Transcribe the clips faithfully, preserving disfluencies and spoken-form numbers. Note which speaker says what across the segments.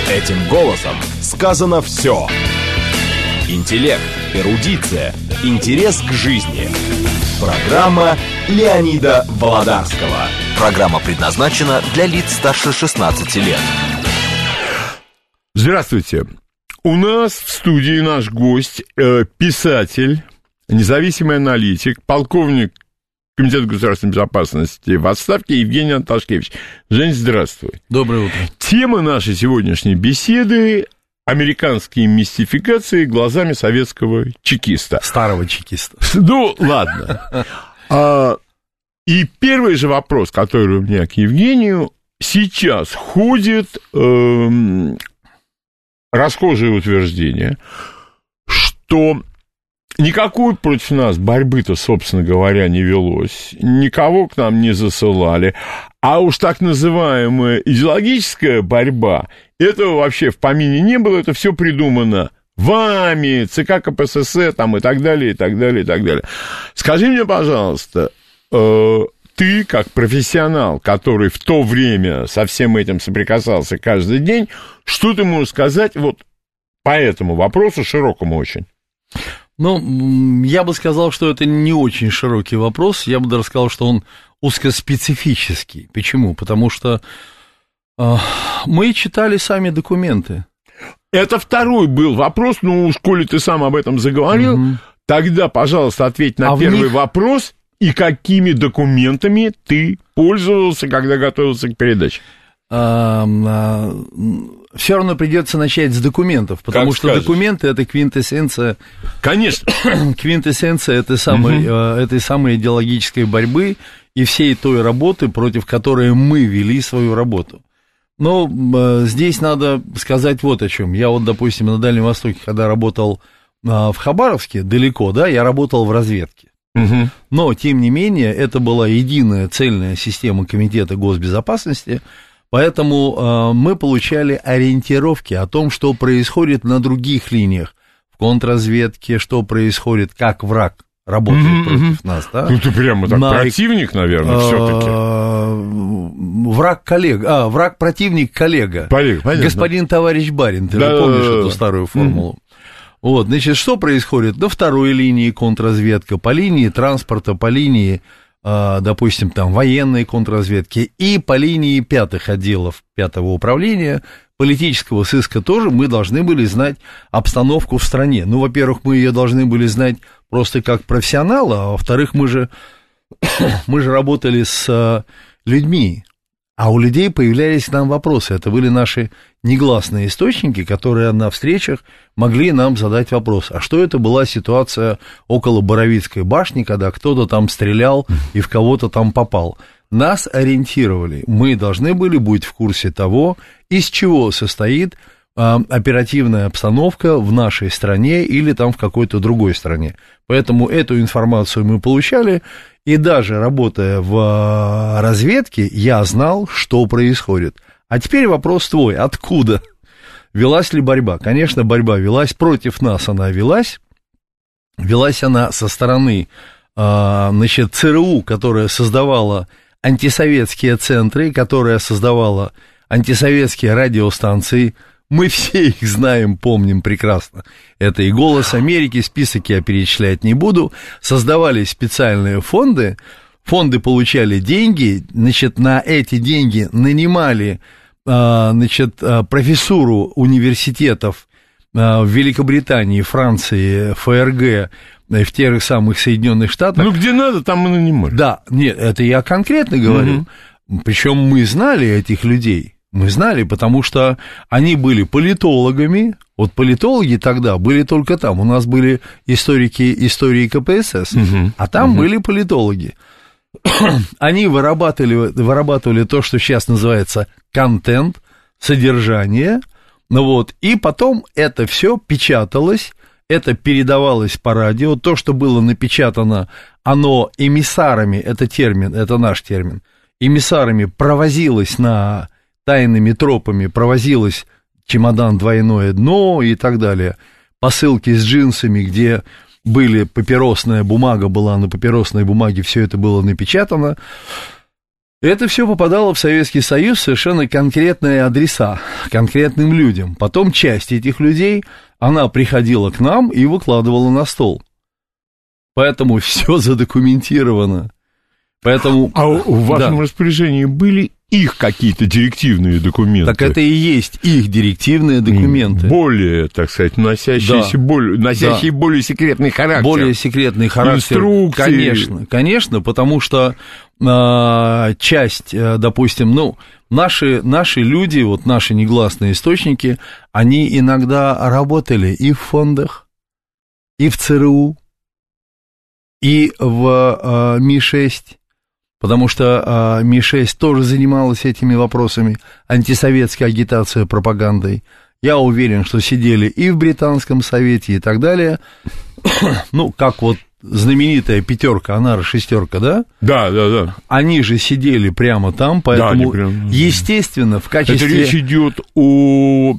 Speaker 1: Этим голосом сказано все. Интеллект, эрудиция, интерес к жизни. Программа Леонида Володарского.
Speaker 2: Программа предназначена для лиц старше шестнадцати лет.
Speaker 3: Здравствуйте. У нас в студии наш гость, э, писатель, независимый аналитик, полковник Комитета государственной безопасности в отставке Евгений Анташкевич. Жень, здравствуй.
Speaker 4: Доброе утро.
Speaker 3: Тема нашей сегодняшней беседы — американские мистификации глазами советского чекиста.
Speaker 4: Старого чекиста.
Speaker 3: Ну, ладно. а, и первый же вопрос, который у меня к Евгению. Сейчас ходит э, расхожее утверждение, что никакой против нас борьбы-то, собственно говоря, не велось, никого к нам не засылали, а уж так называемая идеологическая борьба, этого вообще в помине не было, это все придумано вами, ЦК КПСС там, и так далее, и так далее, и так далее. Скажи мне, пожалуйста, э, ты, как профессионал, который в то время со всем этим соприкасался каждый день, что ты можешь сказать вот по этому вопросу, широкому очень?
Speaker 4: Ну, я бы сказал, что это не очень широкий вопрос, я бы даже сказал, что он узкоспецифический. Почему? Потому что э, мы читали сами документы.
Speaker 3: Это второй был вопрос, ну уж коли ты сам об этом заговорил, угу. Тогда, пожалуйста, ответь на а первый них... вопрос, и какими документами ты пользовался, когда готовился к передаче?
Speaker 4: А, а, все равно придется начать с документов, потому как что скажешь. Документы — это квинтэссенция.
Speaker 3: Конечно.
Speaker 4: Квинтэссенция этой самой, угу. этой самой идеологической борьбы и всей той работы, против которой мы вели свою работу. Но э, здесь надо сказать вот о чем. Я вот, допустим, на Дальнем Востоке, когда работал э, в Хабаровске, далеко, да, я работал в разведке. Угу. Но, тем не менее, это была единая цельная система Комитета госбезопасности, поэтому э, мы получали ориентировки о том, что происходит на других линиях, в контрразведке, что происходит, как враг работает mm-hmm, против mm-hmm. нас, да?
Speaker 3: Ну, ты прямо так на... противник, наверное, все-таки.
Speaker 4: Враг-коллега, а, враг-противник-коллега. Господин да. товарищ барин, ты да, же помнишь да, эту да. старую формулу. Mm-hmm. Вот, значит, что происходит на второй линии контрразведка, по линии транспорта, по линии, допустим, там, военной контрразведки и по линии пятых отделов пятого управления политического сыска тоже мы должны были знать обстановку в стране. Ну, во-первых, мы ее должны были знать просто как профессионалы, а во-вторых, мы же, мы же работали с людьми, а у людей появлялись к нам вопросы. Это были наши негласные источники, которые на встречах могли нам задать вопрос. А что это была ситуация около Боровицкой башни, когда кто-то там стрелял и в кого-то там попал? Нас ориентировали. Мы должны были быть в курсе того, из чего состоит э, оперативная обстановка в нашей стране или там в какой-то другой стране. Поэтому эту информацию мы получали, и даже работая в разведке, я знал, что происходит. А теперь вопрос твой. Откуда? Велась ли борьба? Конечно, борьба велась. Против нас она велась. Велась она со стороны, э, значит, ЦРУ, которая создавала антисоветские центры, которая создавала антисоветские радиостанции. Мы все их знаем, помним прекрасно. Это и «Голос Америки», список я перечислять не буду. Создавались специальные фонды, фонды получали деньги, значит, на эти деньги нанимали, значит, профессуру университетов в Великобритании, Франции, ФРГ, в тех самых Соединенных Штатах.
Speaker 3: Ну, где надо, там и нанимали. Да,
Speaker 4: нет, это я конкретно говорю. Угу. Причем мы знали этих людей. Мы знали, потому что они были политологами. Вот политологи тогда были только там. У нас были историки истории КПСС, угу. а там угу. были политологи. Они вырабатывали, вырабатывали то, что сейчас называется контент, содержание. Ну вот, и потом это все печаталось. Это передавалось по радио, то, что было напечатано, оно эмиссарами, это термин, это наш термин, эмиссарами провозилось на тайными тропами, провозилось чемодан двойное дно и так далее, посылки с джинсами, где были папиросная бумага, была на папиросной бумаге, все это было напечатано. Это все попадало в Советский Союз в совершенно конкретные адреса, конкретным людям. Потом часть этих людей, она приходила к нам и выкладывала на стол. Поэтому все задокументировано. Поэтому,
Speaker 3: а в вашем да. распоряжении были их какие-то директивные документы?
Speaker 4: Так это и есть их директивные документы.
Speaker 3: Более, так сказать, носящиеся да. более, носящие да. более секретный характер.
Speaker 4: Более секретный характер.
Speaker 3: Инструкции.
Speaker 4: Конечно, конечно, потому что э, часть, э, допустим, ну, наши, наши люди, вот наши негласные источники, они иногда работали и в фондах, и в ЦРУ, и в э, Ми шесть. Потому что а, Ми шесть тоже занималась этими вопросами, антисоветской агитацией, пропагандой. Я уверен, что сидели и в Британском совете и так далее. Ну, как вот знаменитая пятерка, она шестерка, да?
Speaker 3: Да, да, да.
Speaker 4: Они же сидели прямо там, поэтому, да, прям... естественно, в качестве...
Speaker 3: Это речь идет о...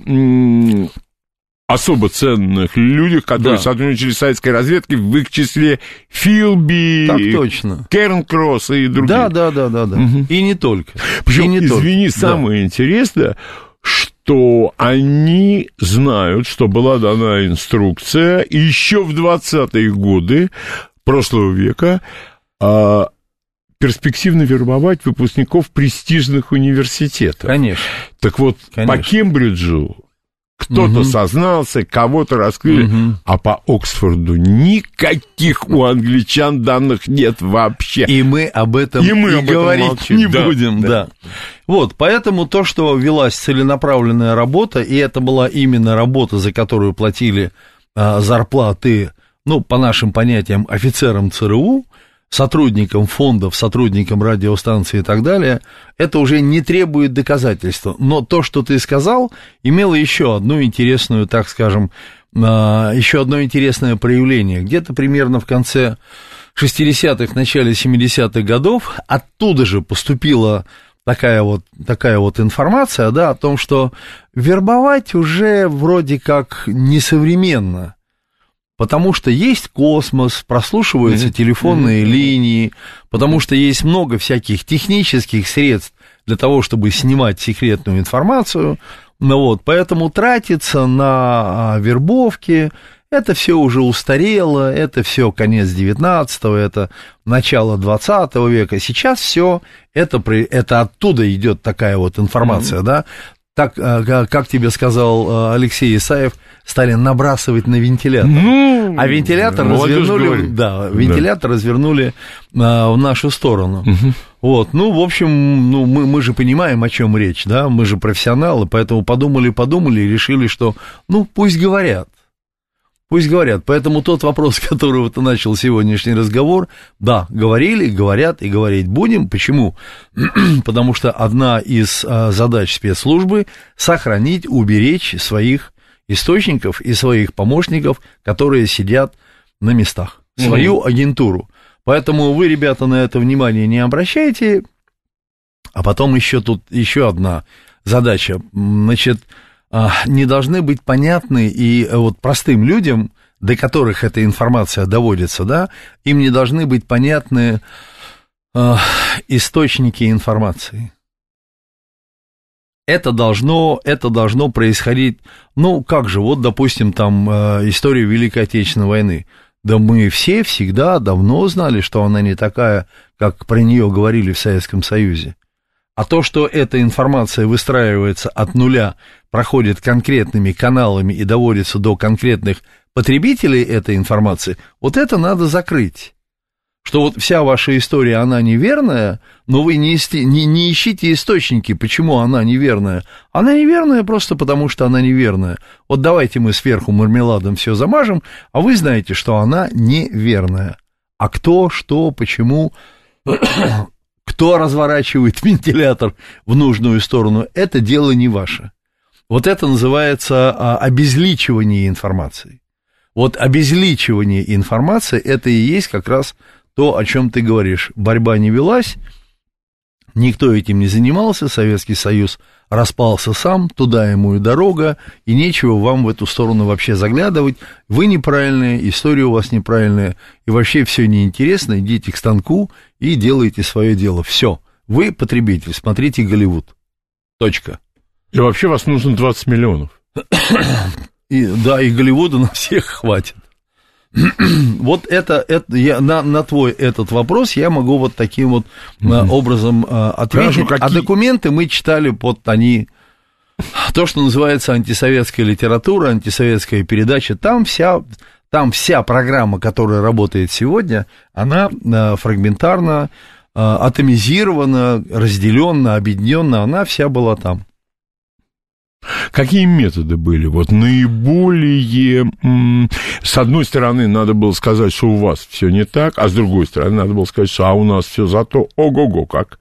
Speaker 3: особо ценных людях, которые да. сотрудничали с советской разведкой, в их числе Филби, Кернкросс и другие.
Speaker 4: Да, да, да, да, да. Угу. И не только.
Speaker 3: Причем,
Speaker 4: и не
Speaker 3: извини,
Speaker 4: только.
Speaker 3: самое да. интересное, что они знают, что была дана инструкция еще в двадцатые годы прошлого века а, перспективно вербовать выпускников престижных университетов.
Speaker 4: Конечно.
Speaker 3: Так вот, Конечно. по Кембриджу кто-то угу. сознался, кого-то раскрыли, угу. а по Оксфорду никаких у англичан данных нет вообще.
Speaker 4: И мы об этом и, мы и об говорить этом молчим. не да, будем. Да. Да. Вот, поэтому то, что велась целенаправленная работа, и это была именно работа, за которую платили а, зарплаты, ну, по нашим понятиям, офицерам ЦРУ, сотрудникам фондов, сотрудникам радиостанций и так далее, это уже не требует доказательства. Но то, что ты сказал, имело еще одну интересную, так скажем, еще одно интересное проявление. Где-то примерно в конце шестидесятых, начале семидесятых годов оттуда же поступила такая вот, такая вот информация, да, о том, что вербовать уже вроде как несовременно. Потому что есть космос, прослушиваются mm-hmm. телефонные mm-hmm. линии, потому что есть много всяких технических средств для того, чтобы снимать секретную информацию. Ну вот, поэтому тратиться на вербовки, это все уже устарело, это все конец девятнадцатого, это начало двадцатого века. Сейчас все это, это оттуда идет такая вот информация, mm-hmm. да. Так, как тебе сказал Алексей Исаев, стали набрасывать на вентилятор. Ну, а вентилятор развернули, да, вентилятор да. развернули а, в нашу сторону. Угу. Вот, ну, в общем, ну, мы, мы же понимаем, о чем речь, да, мы же профессионалы, поэтому подумали-подумали и решили, что, ну, пусть говорят. Пусть говорят. Поэтому тот вопрос, с которого ты начал сегодняшний разговор, да, говорили, говорят и говорить будем. Почему? Потому что одна из а, задач спецслужбы – сохранить, уберечь своих источников и своих помощников, которые сидят на местах, свою mm-hmm. агентуру. Поэтому вы, ребята, на это внимание не обращайте. А потом еще тут еще одна задача. Значит, не должны быть понятны и вот простым людям, до которых эта информация доводится, да, им не должны быть понятны э, источники информации. Это должно, это должно происходить, ну, как же, вот, допустим, там э, история Великой Отечественной войны. Да мы все всегда давно знали, что она не такая, как про нее говорили в Советском Союзе. А то, что эта информация выстраивается от нуля, проходит конкретными каналами и доводится до конкретных потребителей этой информации, вот это надо закрыть. Что вот вся ваша история, она неверная, но вы не, не, не ищите источники, почему она неверная. Она неверная просто потому, что она неверная. Вот давайте мы сверху мармеладом все замажем, а вы знаете, что она неверная. А кто, что, почему... Кто разворачивает вентилятор в нужную сторону, это дело не ваше. Вот это называется обезличивание информации. Вот обезличивание информации, это и есть как раз то, о чем ты говоришь. Борьба не велась, никто этим не занимался, Советский Союз распался сам, туда ему и дорога, и нечего вам в эту сторону вообще заглядывать. Вы неправильные, история у вас неправильная, и вообще все неинтересно, идите к станку и делайте свое дело. Все. Вы потребитель, смотрите Голливуд. Точка.
Speaker 3: И вообще вас нужно двадцать миллионов.
Speaker 4: И, да, и Голливуда на всех хватит. Вот это, это я, на, на твой этот вопрос я могу вот таким вот mm-hmm. образом а, ответить. Хорошо, какие... А документы мы читали под они, то, что называется антисоветская литература, антисоветская передача, там вся, там вся программа, которая работает сегодня, она а, фрагментарно, а, атомизирована, разделена, объединена, она вся была там.
Speaker 3: Какие методы были? Вот наиболее... С одной стороны, надо было сказать, что у вас все не так, а с другой стороны, надо было сказать, что а у нас все зато ого-го как.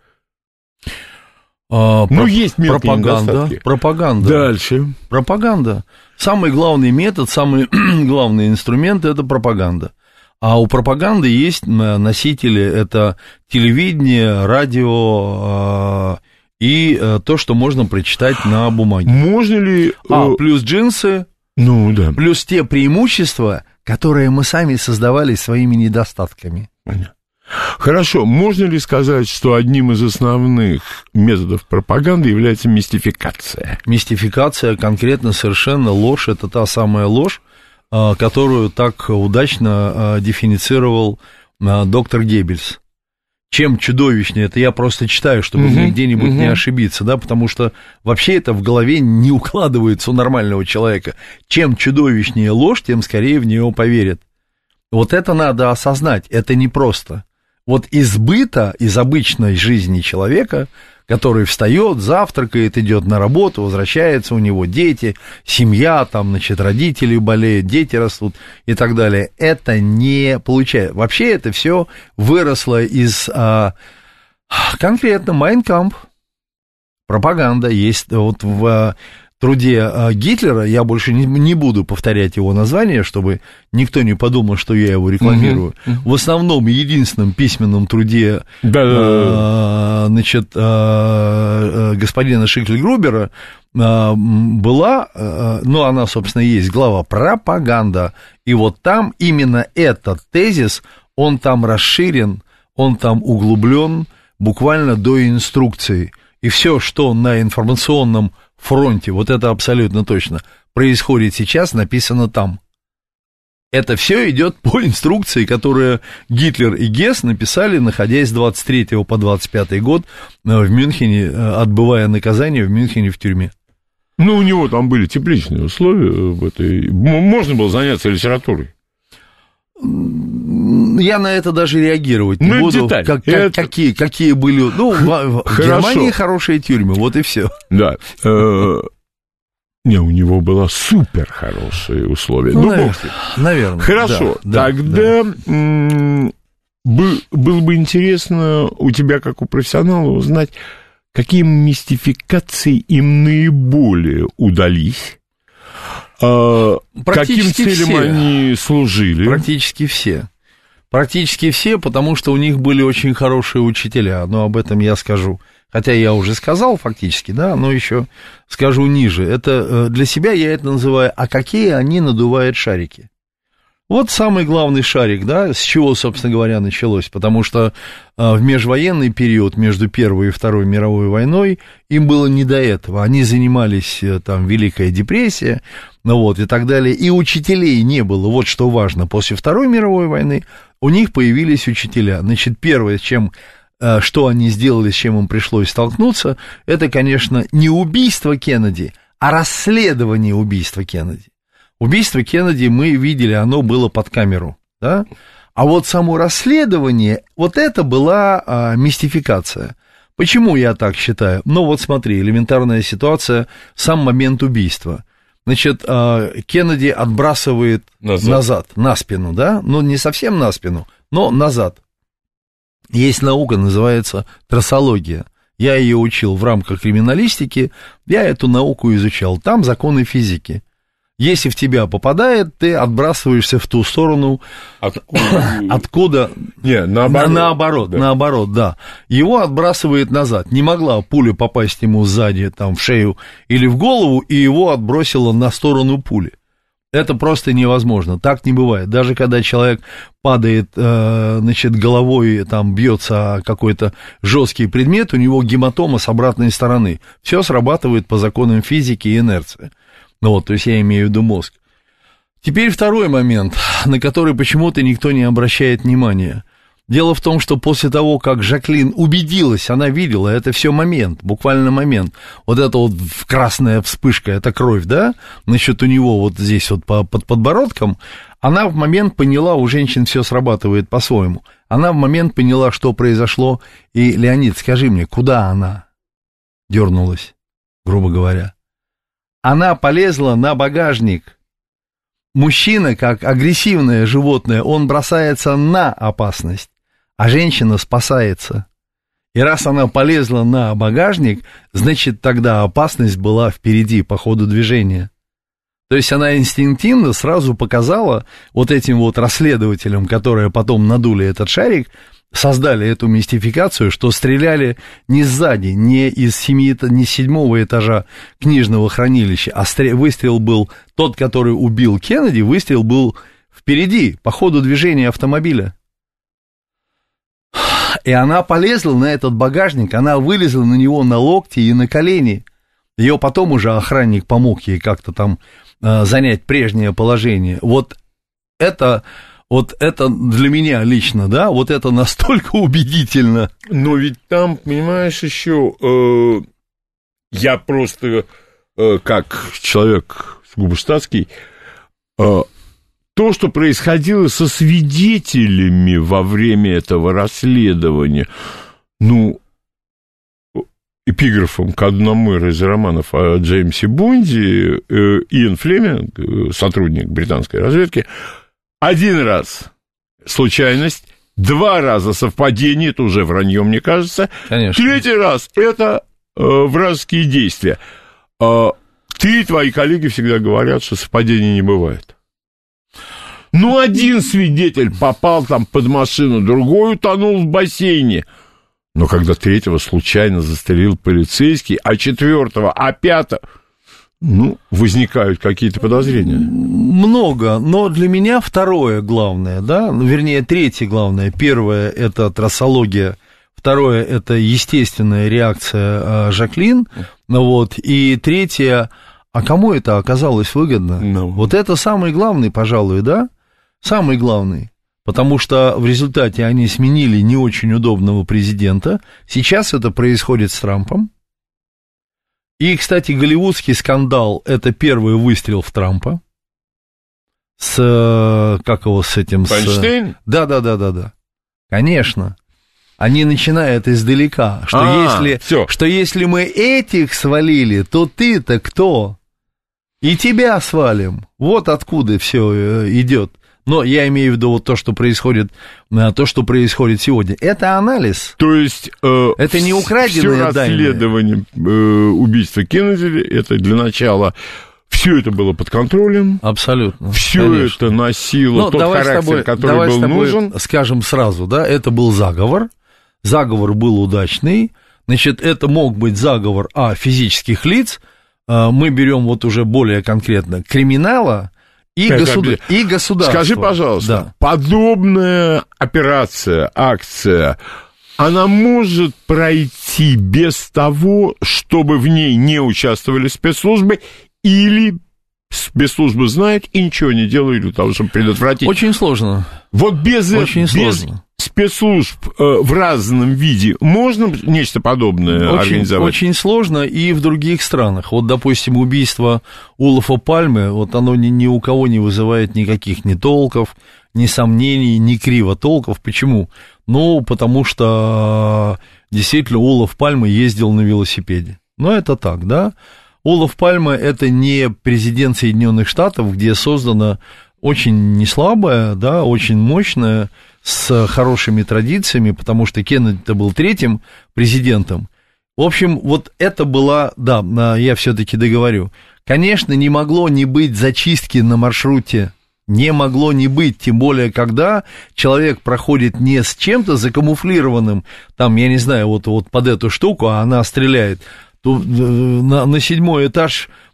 Speaker 4: А, ну, про- есть методы пропаганда, пропаганда.
Speaker 3: Дальше.
Speaker 4: Пропаганда. Самый главный метод, самый главный инструмент – это пропаганда. А у пропаганды есть носители – это телевидение, радио, и то, что можно прочитать на бумаге.
Speaker 3: Можно ли...
Speaker 4: А, плюс джинсы,
Speaker 3: ну, да.
Speaker 4: плюс те преимущества, которые мы сами создавали своими недостатками.
Speaker 3: Понятно. Хорошо. Можно ли сказать, что одним из основных методов пропаганды является мистификация?
Speaker 4: Мистификация, конкретно совершенно ложь. Это та самая ложь, которую так удачно дифференцировал доктор Геббельс. Чем чудовищнее, это я просто читаю, чтобы uh-huh, где-нибудь uh-huh. не ошибиться, да, потому что вообще это в голове не укладывается у нормального человека. Чем чудовищнее ложь, тем скорее в нее поверят. Вот это надо осознать, это непросто. Вот из быта, из обычной жизни человека, который встает, завтракает, идет на работу, возвращается, у него дети, семья, там, значит, родители болеют, дети растут и так далее. Это не получается. Вообще это все выросло из а, конкретно Mein Kampf, пропаганда. Есть вот в труде Гитлера, я больше не, не буду повторять его название, чтобы никто не подумал, что я его рекламирую. Uh-huh. Uh-huh. В основном единственном письменном труде а, значит, а, господина Шикль-Грубера а, была, а, ну, она, собственно, и есть глава «Пропаганда». И вот там именно этот тезис, он там расширен, он там углублен буквально до инструкции. И все, что на информационном фронте, вот это абсолютно точно, происходит сейчас, написано там. Это все идет по инструкции, которую Гитлер и Гесс написали, находясь с двадцать третьего по двадцать пятый год в Мюнхене, отбывая наказание в Мюнхене в тюрьме.
Speaker 3: Ну, у него там были тепличные условия в этой... Можно было заняться литературой.
Speaker 4: Я на это даже реагировать не
Speaker 3: ну,
Speaker 4: буду.
Speaker 3: Деталь.
Speaker 4: Как,
Speaker 3: это...
Speaker 4: как, какие, какие были... Ну, в, в Германии хорошие тюрьмы, вот и все.
Speaker 3: Да. Не, у него было супер хорошие условия.
Speaker 4: Ну, наверное. наверное.
Speaker 3: Хорошо.
Speaker 4: Да,
Speaker 3: Тогда
Speaker 4: да.
Speaker 3: М- было бы интересно у тебя, как у профессионала, узнать, какие мистификации им наиболее удались. Каким целям все. Они служили?
Speaker 4: Практически все. Практически все, потому что у них были очень хорошие учителя, но об этом я скажу. Хотя я уже сказал фактически, да, но еще скажу ниже. Это для себя я это называю, а какие они надувают шарики. Вот самый главный шарик, да, с чего, собственно говоря, началось, потому что в межвоенный период между Первой и Второй мировой войной им было не до этого, они занимались, там, Великая депрессия, ну вот, и так далее, и учителей не было, вот что важно, после Второй мировой войны у них появились учителя, значит, первое, чем, что они сделали, с чем им пришлось столкнуться, это, конечно, не убийство Кеннеди, а расследование убийства Кеннеди. Убийство Кеннеди мы видели, оно было под камеру, да? А вот само расследование, вот это была а, мистификация. Почему я так считаю? Ну вот смотри, элементарная ситуация, сам момент убийства. Значит, а, Кеннеди отбрасывает назад. назад, на спину, да? Ну не совсем на спину, но назад. Есть наука, называется трассология. Я ее учил в рамках криминалистики, я эту науку изучал, там законы физики. Если в тебя попадает, ты отбрасываешься в ту сторону, откуда, откуда...
Speaker 3: Не, наоборот.
Speaker 4: На, наоборот, да. наоборот, да. Его отбрасывает назад. Не могла пуля попасть ему сзади, там, в шею или в голову, и его отбросило на сторону пули. Это просто невозможно, так не бывает. Даже когда человек падает, значит, головой, там, бьется о какой-то жесткий предмет, у него гематома с обратной стороны. Все срабатывает по законам физики и инерции. Ну вот, то есть я имею в виду мозг. Теперь второй момент, на который почему-то никто не обращает внимания. Дело в том, что после того, как Жаклин убедилась, она видела, это все момент, буквально момент, вот это вот красная вспышка, это кровь, да, значит, у него вот здесь вот по, под подбородком, она в момент поняла, у женщин все срабатывает по-своему, она в момент поняла, что произошло, и, Леонид, скажи мне, куда она дернулась, грубо говоря? Она полезла на багажник. Мужчина, как агрессивное животное, он бросается на опасность, а женщина спасается. И раз она полезла на багажник, значит, тогда опасность была впереди по ходу движения. То есть она инстинктивно сразу показала вот этим вот расследователям, которые потом надули этот шарик, создали эту мистификацию, что стреляли не сзади, не из семи, не с седьмого этажа книжного хранилища, а выстрел был тот, который убил Кеннеди, выстрел был впереди, по ходу движения автомобиля. И она полезла на этот багажник, она вылезла на него на локти и на колени. Ее потом уже охранник помог ей как-то там э, занять прежнее положение. Вот это... Вот это для меня лично, да, вот это настолько убедительно.
Speaker 3: Но ведь там, понимаешь, еще э, я просто, э, как человек сугубо штатский, э, то, что происходило со свидетелями во время этого расследования, ну, эпиграфом к одному из романов о Джеймсе Бонде, э, Иэн Флеминг, сотрудник британской разведки, один раз случайность, два раза совпадение, это уже вранье, мне кажется.
Speaker 4: Конечно.
Speaker 3: Третий раз это э, вражеские действия. Э, ты и твои коллеги всегда говорят, что совпадений не бывает. Ну, один свидетель попал там под машину, другой утонул в бассейне. Но когда третьего случайно застрелил полицейский, а четвертого, а пятого... Ну, возникают какие-то подозрения.
Speaker 4: Много, но для меня второе главное, да, ну, вернее, третье главное. Первое – это трассология, второе – это естественная реакция а, Жаклин, ну, вот, и третье – а кому это оказалось выгодно? No. Вот это самый главный, пожалуй, да, самый главный. Потому что в результате они сменили не очень удобного президента. Сейчас это происходит с Трампом. И, кстати, голливудский скандал – это первый выстрел в Трампа. С, как его, с этим...
Speaker 3: Файнштейн?
Speaker 4: Да-да-да-да-да. Конечно. Они начинают издалека, что, а, если, что если мы этих свалили, то ты-то кто? И тебя свалим. Вот откуда все идет. Но я имею в виду вот то, что происходит, то, что происходит сегодня. Это анализ.
Speaker 3: То есть... Э,
Speaker 4: это не украденные данные.
Speaker 3: Все расследование э, убийства Кеннеди, это для начала... Все это было под контролем.
Speaker 4: Абсолютно.
Speaker 3: Все конечно. Это носило Но тот характер, тобой, который был нужен.
Speaker 4: Скажем сразу, да, это был заговор. Заговор был удачный. Значит, это мог быть заговор а физических лиц. Мы берем вот уже более конкретно криминала. И, государ... и государство.
Speaker 3: Скажи, пожалуйста, да. Подобная операция, акция, она может пройти без того, чтобы в ней не участвовали спецслужбы, или спецслужбы знают и ничего не делают для того, чтобы предотвратить?
Speaker 4: Очень сложно.
Speaker 3: Вот без,
Speaker 4: Очень
Speaker 3: без
Speaker 4: сложно.
Speaker 3: спецслужб э, в разном виде можно нечто подобное
Speaker 4: очень,
Speaker 3: организовать?
Speaker 4: Очень сложно и в других странах. Вот, допустим, убийство Олафа Пальме, вот оно ни, ни у кого не вызывает никаких ни толков, ни сомнений, ни кривотолков. Почему? Ну, потому что действительно Олаф Пальме ездил на велосипеде. Ну, это так, да? Олаф Пальме – это не президент Соединенных Штатов, где создана очень неслабая, да, очень мощная, с хорошими традициями, потому что Кеннеди был третьим президентом. В общем, вот это была, да, я все-таки договорю, конечно, не могло не быть зачистки на маршруте, не могло не быть, тем более, когда человек проходит не с чем-то закамуфлированным, там, я не знаю, вот, вот под эту штуку, а она стреляет, то на, на седьмой этаж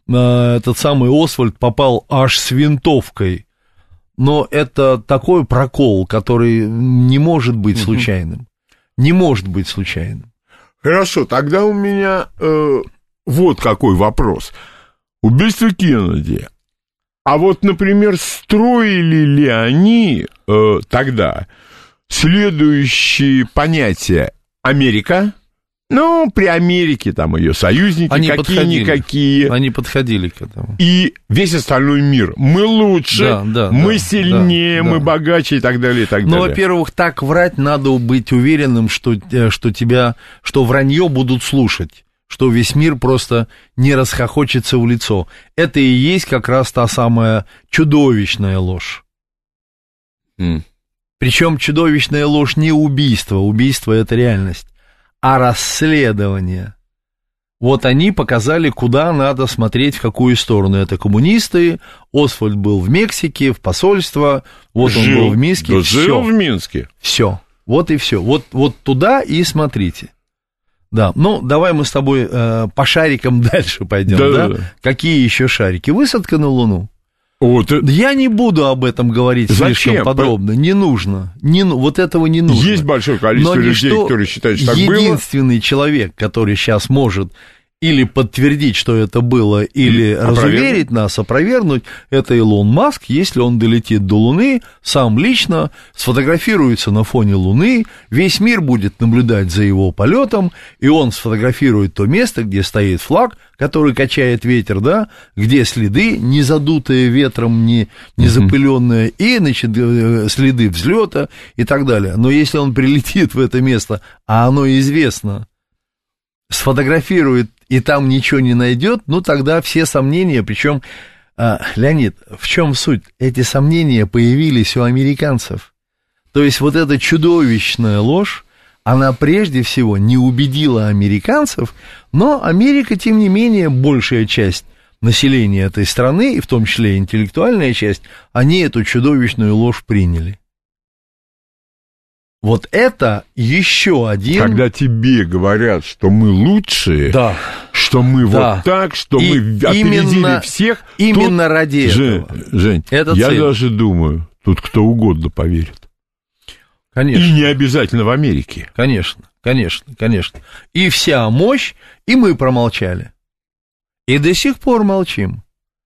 Speaker 4: этот самый Освальд попал аж с винтовкой. Но это такой прокол, который не может быть случайным. Не может быть случайным.
Speaker 3: Хорошо, тогда у меня э, вот какой вопрос. Убийство Кеннеди. А вот, например, строили ли они э, тогда следующие понятия? Америка? Ну, при Америке там ее союзники какие-никакие.
Speaker 4: Они подходили к этому.
Speaker 3: И весь остальной мир. Мы лучше, да, да, мы да, сильнее, да, мы да. богаче и так далее, и так
Speaker 4: ну,
Speaker 3: далее.
Speaker 4: Ну, во-первых, так врать надо быть уверенным, что, что тебя, что вранье будут слушать, что весь мир просто не расхохочется в лицо. Это и есть как раз та самая чудовищная ложь. Mm. Причем чудовищная ложь не убийство, убийство — это реальность, а расследование. Вот они показали, куда надо смотреть, в какую сторону. Это коммунисты, Освальд был в Мексике, в посольство, вот жил, он был в Минске.
Speaker 3: Да жил в Минске.
Speaker 4: Все, вот и все. Вот, вот туда и смотрите. Да, ну, давай мы с тобой э, по шарикам дальше пойдем, да, да? Да. Какие еще шарики? Высадка на Луну. Вот. Я не буду об этом говорить Зачем? слишком подробно, не нужно, не, вот этого не нужно.
Speaker 3: Есть большое количество
Speaker 4: Но
Speaker 3: людей, которые считают, что так
Speaker 4: было.
Speaker 3: Единственный
Speaker 4: человек, который сейчас может или подтвердить, что это было, или разуверить нас, опровергнуть, это Илон Маск. Если он долетит до Луны, сам лично сфотографируется на фоне Луны, весь мир будет наблюдать за его полетом, и он сфотографирует то место, где стоит флаг, который качает ветер, да, где следы, не задутые ветром, не, не запыленные, и, значит, следы взлета и так далее. Но если он прилетит в это место, а оно известно, сфотографирует и там ничего не найдет, ну тогда все сомнения, причем, а, Леонид, в чем суть? Эти сомнения появились у американцев. То есть вот эта чудовищная ложь, она прежде всего не убедила американцев, но Америка, тем не менее, большая часть населения этой страны, и в том числе интеллектуальная часть, они эту чудовищную ложь приняли. Вот это еще один...
Speaker 3: Когда тебе говорят, что мы лучшие,
Speaker 4: да.
Speaker 3: что мы
Speaker 4: да.
Speaker 3: вот так, что
Speaker 4: и
Speaker 3: мы опередили
Speaker 4: именно,
Speaker 3: всех...
Speaker 4: Именно
Speaker 3: тут...
Speaker 4: ради
Speaker 3: Жень,
Speaker 4: этого.
Speaker 3: Жень, это я цель. даже думаю, тут кто угодно поверит.
Speaker 4: Конечно.
Speaker 3: И не обязательно в Америке.
Speaker 4: Конечно, конечно, конечно. И вся мощь, и мы промолчали. И до сих пор молчим.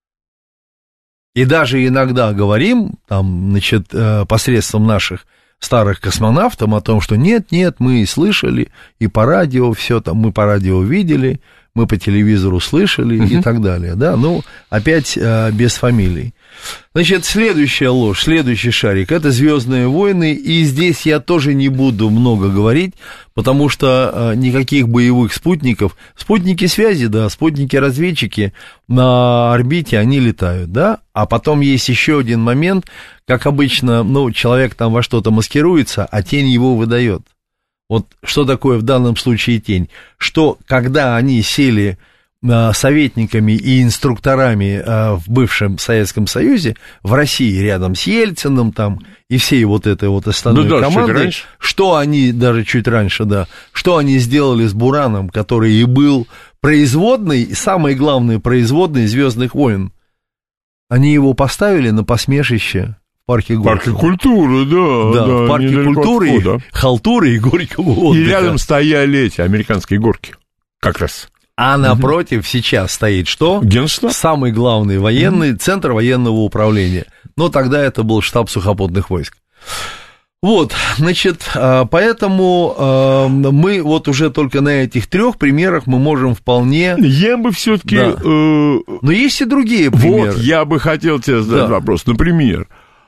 Speaker 4: И даже иногда говорим, там, значит, посредством наших старых космонавтам о том, что нет, нет, мы и слышали, и по радио все там, мы по радио видели, мы по телевизору слышали uh-huh. и так далее, да, ну, опять э, без фамилий. Значит, следующая ложь, следующий шарик, это «Звездные войны», и здесь я тоже не буду много говорить, потому что э, никаких боевых спутников, спутники связи, да, спутники-разведчики на орбите, они летают, да, а потом есть еще один момент, как обычно, ну, человек там во что-то маскируется, а тень его выдает. Вот что такое в данном случае тень? Что, когда они сели а, советниками и инструкторами а, в бывшем Советском Союзе, в России, рядом с Ельциным там, и всей вот этой вот основной ну, да, командой, что они, даже чуть раньше, да, что они сделали с Бураном, который и был производной, самой главной производной «Звездных войн», они его поставили на посмешище в парке Горького.
Speaker 3: В парке культуры, да.
Speaker 4: Да,
Speaker 3: да
Speaker 4: в парке культуры, халтуры и Горького отдыха.
Speaker 3: И рядом стояли эти американские горки, как раз.
Speaker 4: А напротив сейчас стоит что?
Speaker 3: Генштаб.
Speaker 4: Самый главный военный, центр военного управления. Но тогда это был штаб сухопутных войск. Вот, значит, поэтому мы вот уже только на этих трех примерах мы можем вполне...
Speaker 3: Я бы все-таки... Да. Э...
Speaker 4: Но есть и другие примеры.
Speaker 3: Вот, я бы хотел тебе задать да. вопрос. Например,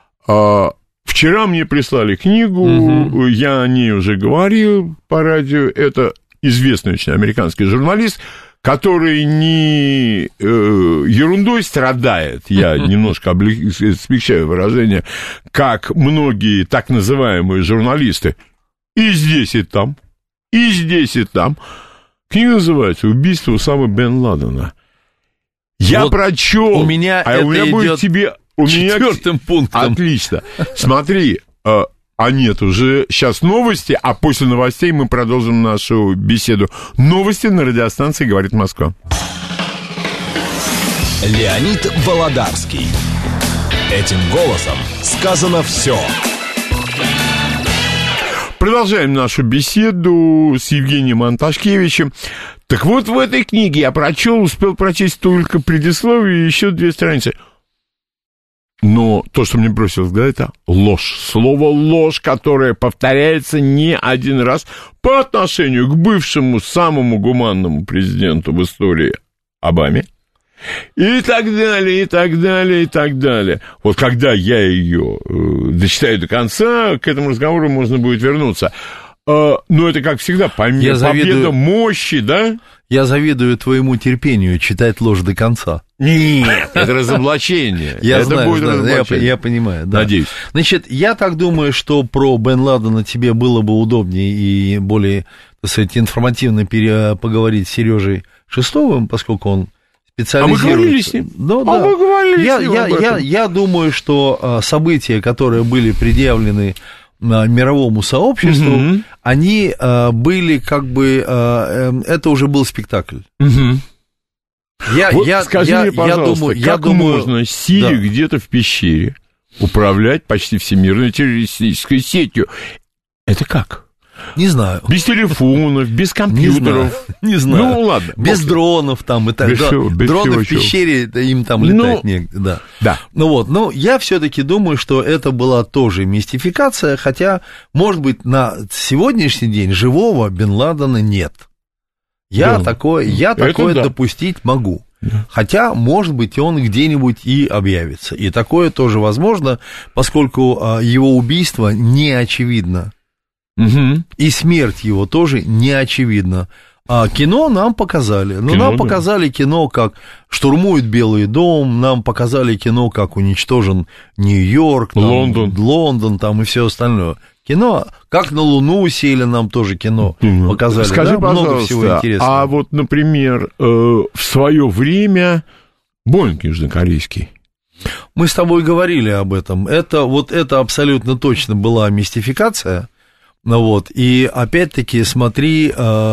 Speaker 3: вчера мне прислали книгу, угу. я о ней уже говорил по радио, это известный очень американский журналист, который не э, ерундой страдает, я немножко облег... смягчаю выражение, как многие так называемые журналисты, и здесь, и там, и здесь, и там. Книга называется «Убийство Усамы бен Ладена». Я вот прочел,
Speaker 4: у меня
Speaker 3: а
Speaker 4: это
Speaker 3: у меня будет тебе... У
Speaker 4: четвертым меня... пунктом.
Speaker 3: Отлично. Смотри, э, а нет, уже сейчас новости, а после новостей мы продолжим нашу беседу. Новости на радиостанции «Говорит Москва».
Speaker 1: Леонид Володарский. Этим голосом сказано все.
Speaker 3: Продолжаем нашу беседу с Евгением Анташкевичем. Так вот, в этой книге я прочел, успел прочесть только предисловие и еще две страницы. Но то, что мне бросилось в глаза, это ложь. Слово «ложь», которое повторяется не один раз по отношению к бывшему самому гуманному президенту в истории Обаме. И так далее, и так далее, и так далее. Вот когда я ее э, дочитаю до конца, к этому разговору можно будет вернуться. Э, но это, как всегда, победа завидую... мощи, да?
Speaker 4: Я завидую твоему терпению читать ложь до конца.
Speaker 3: Нет, это разоблачение.
Speaker 4: Я
Speaker 3: это
Speaker 4: знаю,
Speaker 3: будет
Speaker 4: знаю
Speaker 3: разоблачение.
Speaker 4: Я, я понимаю, да.
Speaker 3: Надеюсь.
Speaker 4: Значит, я так думаю, что про Бен Ладена тебе было бы удобнее и более, так сказать, информативно пере... поговорить с Сережей Шестовым, поскольку он специализируется. А мы говорили с ним. Да, а да. мы говорили я, с ним я, я, я думаю, что события, которые были предъявлены мировому сообществу, угу. они э, были как бы, э, э, это уже был спектакль.
Speaker 3: Угу.
Speaker 4: Я,
Speaker 3: вот
Speaker 4: я,
Speaker 3: скажи
Speaker 4: я,
Speaker 3: мне, пожалуйста,
Speaker 4: я думаю,
Speaker 3: как
Speaker 4: я думаю,
Speaker 3: можно, сидя да. где-то в пещере, управлять почти всемирной террористической сетью? Это как?
Speaker 4: Не знаю.
Speaker 3: Без телефонов, без компьютеров.
Speaker 4: Не знаю.
Speaker 3: Ну, ладно.
Speaker 4: Без бог. дронов там и так далее. Да, дроны в пещере, да, им там летать ну, негде. Да.
Speaker 3: да.
Speaker 4: Ну вот, но я все-таки думаю, что это была тоже мистификация, хотя, может быть, на сегодняшний день живого Бен Ладена нет. Я да. такое, я такое да. допустить могу. Да. Хотя, может быть, он где-нибудь и объявится. И такое тоже возможно, поскольку его убийство не очевидно.
Speaker 3: Угу.
Speaker 4: И смерть его тоже не очевидна. А кино нам показали. Ну, нам да. показали кино, как штурмуют Белый дом, нам показали кино, как уничтожен Нью-Йорк, там,
Speaker 3: Лондон.
Speaker 4: Лондон там, и все остальное. Кино, как на Луну сели, нам тоже кино угу. показали.
Speaker 3: Скажи,
Speaker 4: да?
Speaker 3: пожалуйста,
Speaker 4: много всего интересного.
Speaker 3: А вот, например, э, в свое время Боинг южнокорейский.
Speaker 4: Мы с тобой говорили об этом. Это, вот это абсолютно точно была мистификация. Ну вот, и опять-таки смотри,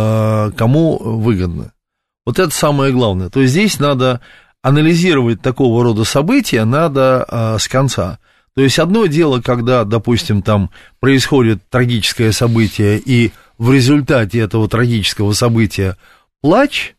Speaker 4: кому выгодно. Вот это самое главное. То есть здесь надо анализировать такого рода события, надо с конца. То есть одно дело, когда, допустим, там происходит трагическое событие, и в результате этого трагического события плач,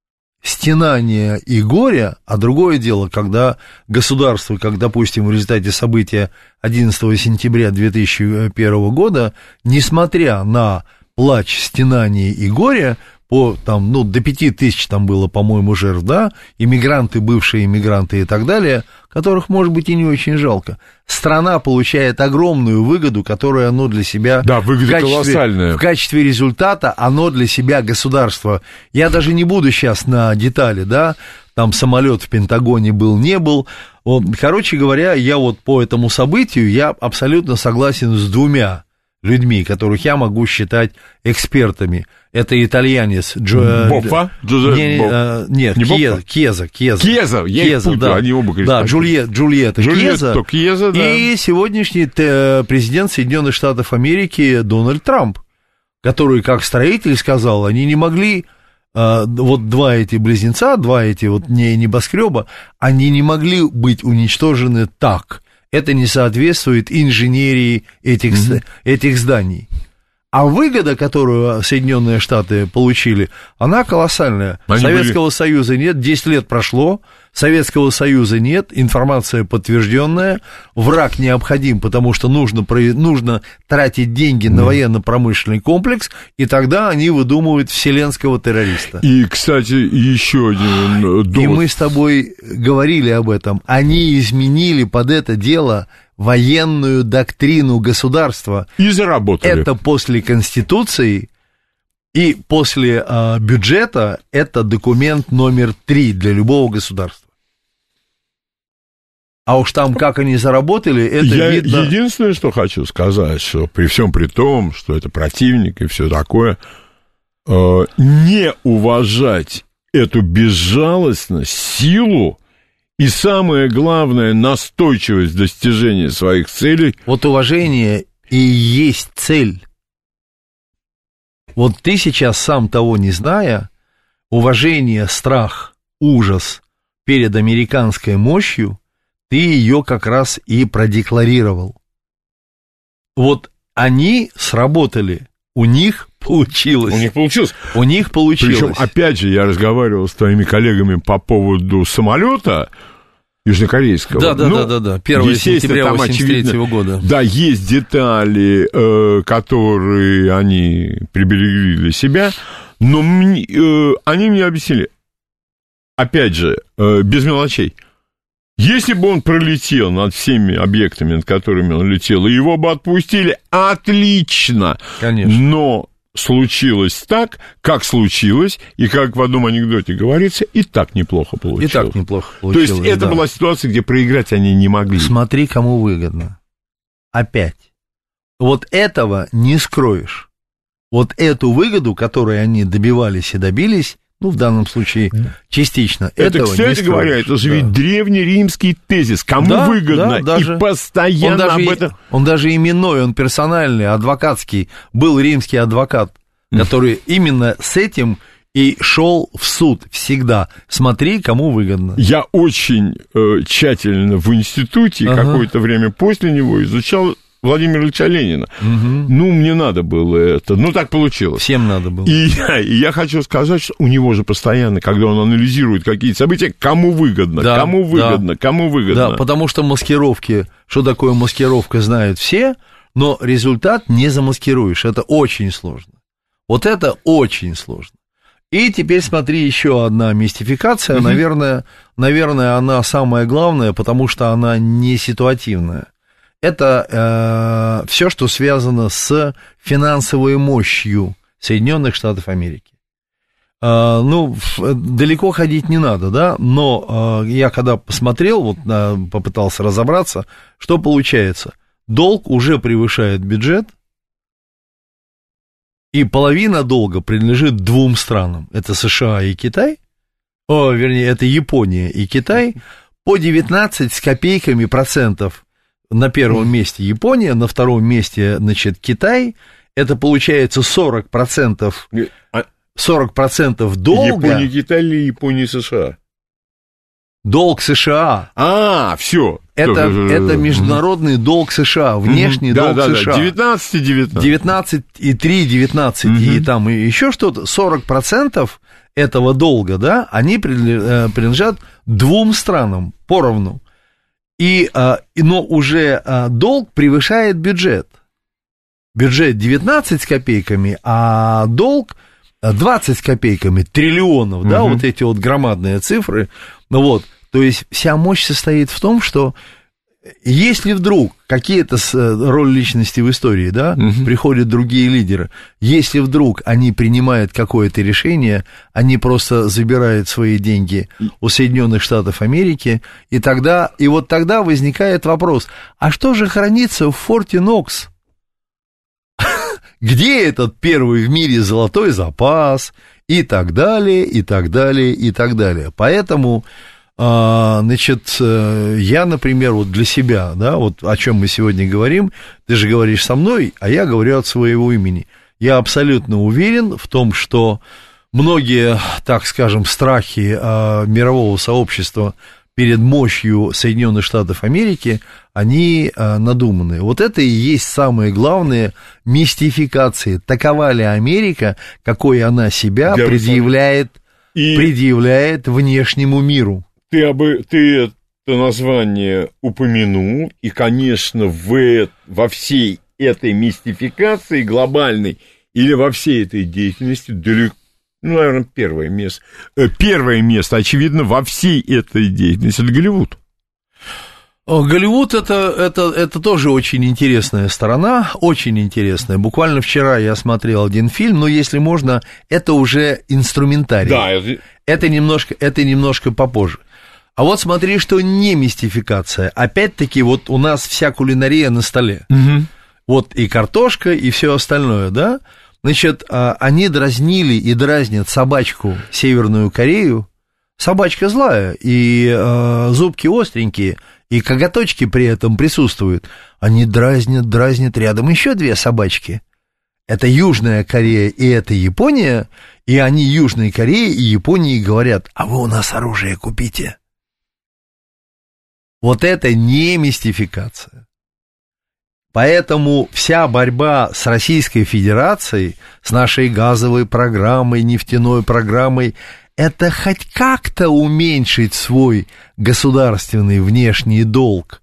Speaker 4: стенание и горе, а другое дело, когда государство, как, допустим, в результате события одиннадцатого сентября две тысячи первого года, несмотря на плач, стенание и горе, по, там, ну, до пяти тысяч там было, по-моему, жертв, да, иммигранты, бывшие иммигранты и так далее, которых, может быть, и не очень жалко. Страна получает огромную выгоду, которую оно для себя...
Speaker 3: Да, выгода
Speaker 4: в качестве,
Speaker 3: колоссальная.
Speaker 4: В качестве результата оно для себя государство. Я даже не буду сейчас на детали, да, там самолет в Пентагоне был, не был. Вот, короче говоря, я вот по этому событию, я абсолютно согласен с двумя людьми, которых я могу считать экспертами. Это итальянец Джо...
Speaker 3: Боффа?
Speaker 4: Не, а, нет, не Кьеза, Кьеза, Кьеза.
Speaker 3: Кьеза, я
Speaker 4: Кьеза,
Speaker 3: путаю,
Speaker 4: да.
Speaker 3: они оба говорят.
Speaker 4: Да, Джульет, Джульетта Кьеза,
Speaker 3: Кьеза, да.
Speaker 4: И сегодняшний президент Соединенных Штатов Америки Дональд Трамп, который, как строитель сказал, они не могли, вот два эти близнеца, два эти вот небоскреба, они не могли быть уничтожены так. Это не соответствует инженерии этих, mm-hmm. этих зданий. А выгода, которую Соединенные Штаты получили, она колоссальная. Они Советского были... Союза нет, десять лет прошло, Советского Союза нет, информация подтвержденная, враг необходим, потому что нужно, нужно тратить деньги на военно-промышленный комплекс, и тогда они выдумывают вселенского террориста.
Speaker 3: И, кстати, еще один довод.
Speaker 4: И мы с тобой говорили об этом. Они изменили под это дело военную доктрину государства.
Speaker 3: И заработали.
Speaker 4: Это после Конституции и после а, бюджета, это документ номер три для любого государства. А уж там, как они заработали, это
Speaker 3: Я
Speaker 4: видно...
Speaker 3: Единственное, что хочу сказать, что при всем при том, что это противник и все такое, э, не уважать эту безжалостность, силу и, самое главное, настойчивость достижения своих целей.
Speaker 4: Вот уважение и есть цель. Вот ты сейчас, сам того не зная, уважение, страх, ужас перед американской мощью, ты ее как раз и продекларировал. Вот они сработали, у них получилось.
Speaker 3: У них получилось.
Speaker 4: У них получилось.
Speaker 3: Причем, опять же, я разговаривал с твоими коллегами по поводу самолета южнокорейского.
Speaker 4: Да, да, ну, да, да, да. первое сентября восемьдесят третьего года.
Speaker 3: Да, есть детали, э, которые они приберегли для себя, но мне, э, они мне объяснили, опять же, э, без мелочей. Если бы он пролетел над всеми объектами, над которыми он летел, и его бы отпустили, отлично.
Speaker 4: Конечно.
Speaker 3: Но случилось так, как случилось, и как в одном анекдоте говорится, и так неплохо получилось.
Speaker 4: И так неплохо получилось.
Speaker 3: То есть это
Speaker 4: да.
Speaker 3: была ситуация, где проиграть они не могли.
Speaker 4: Смотри, кому выгодно. Опять. Вот этого не скроешь. Вот эту выгоду, которой они добивались и добились, ну, в данном случае, частично.
Speaker 3: Это,
Speaker 4: этого
Speaker 3: кстати
Speaker 4: не
Speaker 3: говоря, это же да. ведь древнеримский тезис. Кому да,
Speaker 4: да,
Speaker 3: выгодно,
Speaker 4: даже,
Speaker 3: и постоянно
Speaker 4: он даже,
Speaker 3: об этом...
Speaker 4: Он даже именной, он персональный, адвокатский. Был римский адвокат, который именно с этим и шел в суд всегда. Смотри, кому выгодно.
Speaker 3: Я очень э, тщательно в институте, ага. какое-то время после него изучал Владимира Ильича Ленина. Угу. Ну, мне надо было это. Ну, так получилось.
Speaker 4: Всем надо было.
Speaker 3: И я, и я хочу сказать, что у него же постоянно, когда он анализирует какие-то события, кому выгодно, да, кому выгодно, да. кому выгодно.
Speaker 4: Да, потому что маскировки, что такое маскировка, знают все, но результат не замаскируешь. Это очень сложно. Вот это очень сложно. И теперь смотри, еще одна мистификация. Угу. Наверное, наверное, она самая главная, потому что она не ситуативная. Это э, все, что связано с финансовой мощью Соединенных Штатов Америки. Э, ну, далеко ходить не надо, да, но э, я когда посмотрел, вот э, попытался разобраться, что получается. Долг уже превышает бюджет, и половина долга принадлежит двум странам. Это США и Китай, о, вернее, это Япония и Китай, по девятнадцать с копейками процентов. На первом месте Япония, на втором месте, значит, Китай. Это получается сорок процентов, сорок процентов долга.
Speaker 3: Япония, Китай или Япония, США?
Speaker 4: Долг США.
Speaker 3: А, все.
Speaker 4: Это, это международный долг США, внешний
Speaker 3: да,
Speaker 4: долг
Speaker 3: да,
Speaker 4: США.
Speaker 3: Да, девятнадцать и девятнадцать.
Speaker 4: девятнадцать и три, девятнадцать угу. и там и еще что-то. сорок процентов этого долга, да, они принадлежат двум странам поровну. И, но уже долг превышает бюджет. Бюджет девятнадцать с копейками, а долг двадцать с копейками, триллионов, угу. да, вот эти вот громадные цифры. Вот, то есть вся мощь состоит в том, что если вдруг какие-то роль личности в истории, да, угу. приходят другие лидеры, если вдруг они принимают какое-то решение, они просто забирают свои деньги у Соединенных Штатов Америки, и тогда, и вот тогда возникает вопрос, а что же хранится в форте Нокс? Где этот первый в мире золотой запас? И так далее, и так далее, и так далее. Поэтому... Значит, я, например, вот для себя, да, вот о чем мы сегодня говорим, ты же говоришь со мной, а я говорю от своего имени. Я абсолютно уверен в том, что многие, так скажем, страхи мирового сообщества перед мощью Соединенных Штатов Америки, они надуманы. Вот это и есть самые главные мистификации. Такова ли Америка, какой она себя я предъявляет, и... предъявляет внешнему миру?
Speaker 3: Ты, об, ты это название упомянул, и, конечно, в, во всей этой мистификации глобальной или во всей этой деятельности далеко, ну, наверное, первое место, первое место, очевидно, во всей этой деятельности — это Голливуд.
Speaker 4: Голливуд это, это, это тоже очень интересная сторона, очень интересная. Буквально вчера я смотрел один фильм, но если можно, это уже инструментарий.
Speaker 3: Да, это...
Speaker 4: Это, немножко, это немножко попозже. А вот смотри, что не мистификация. Опять-таки, вот у нас вся кулинария на столе. Угу. Вот и картошка, и все остальное, да? Значит, они дразнили и дразнят собачку Северную Корею. Собачка злая, и э, зубки остренькие, и коготочки при этом присутствуют. Они дразнят, дразнят рядом еще две собачки. Это Южная Корея и это Япония, и они Южной Корее и Японии говорят: а вы у нас оружие купите. Вот это не мистификация. Поэтому вся борьба с Российской Федерацией, с нашей газовой программой, нефтяной программой, это хоть как-то уменьшить свой государственный внешний долг.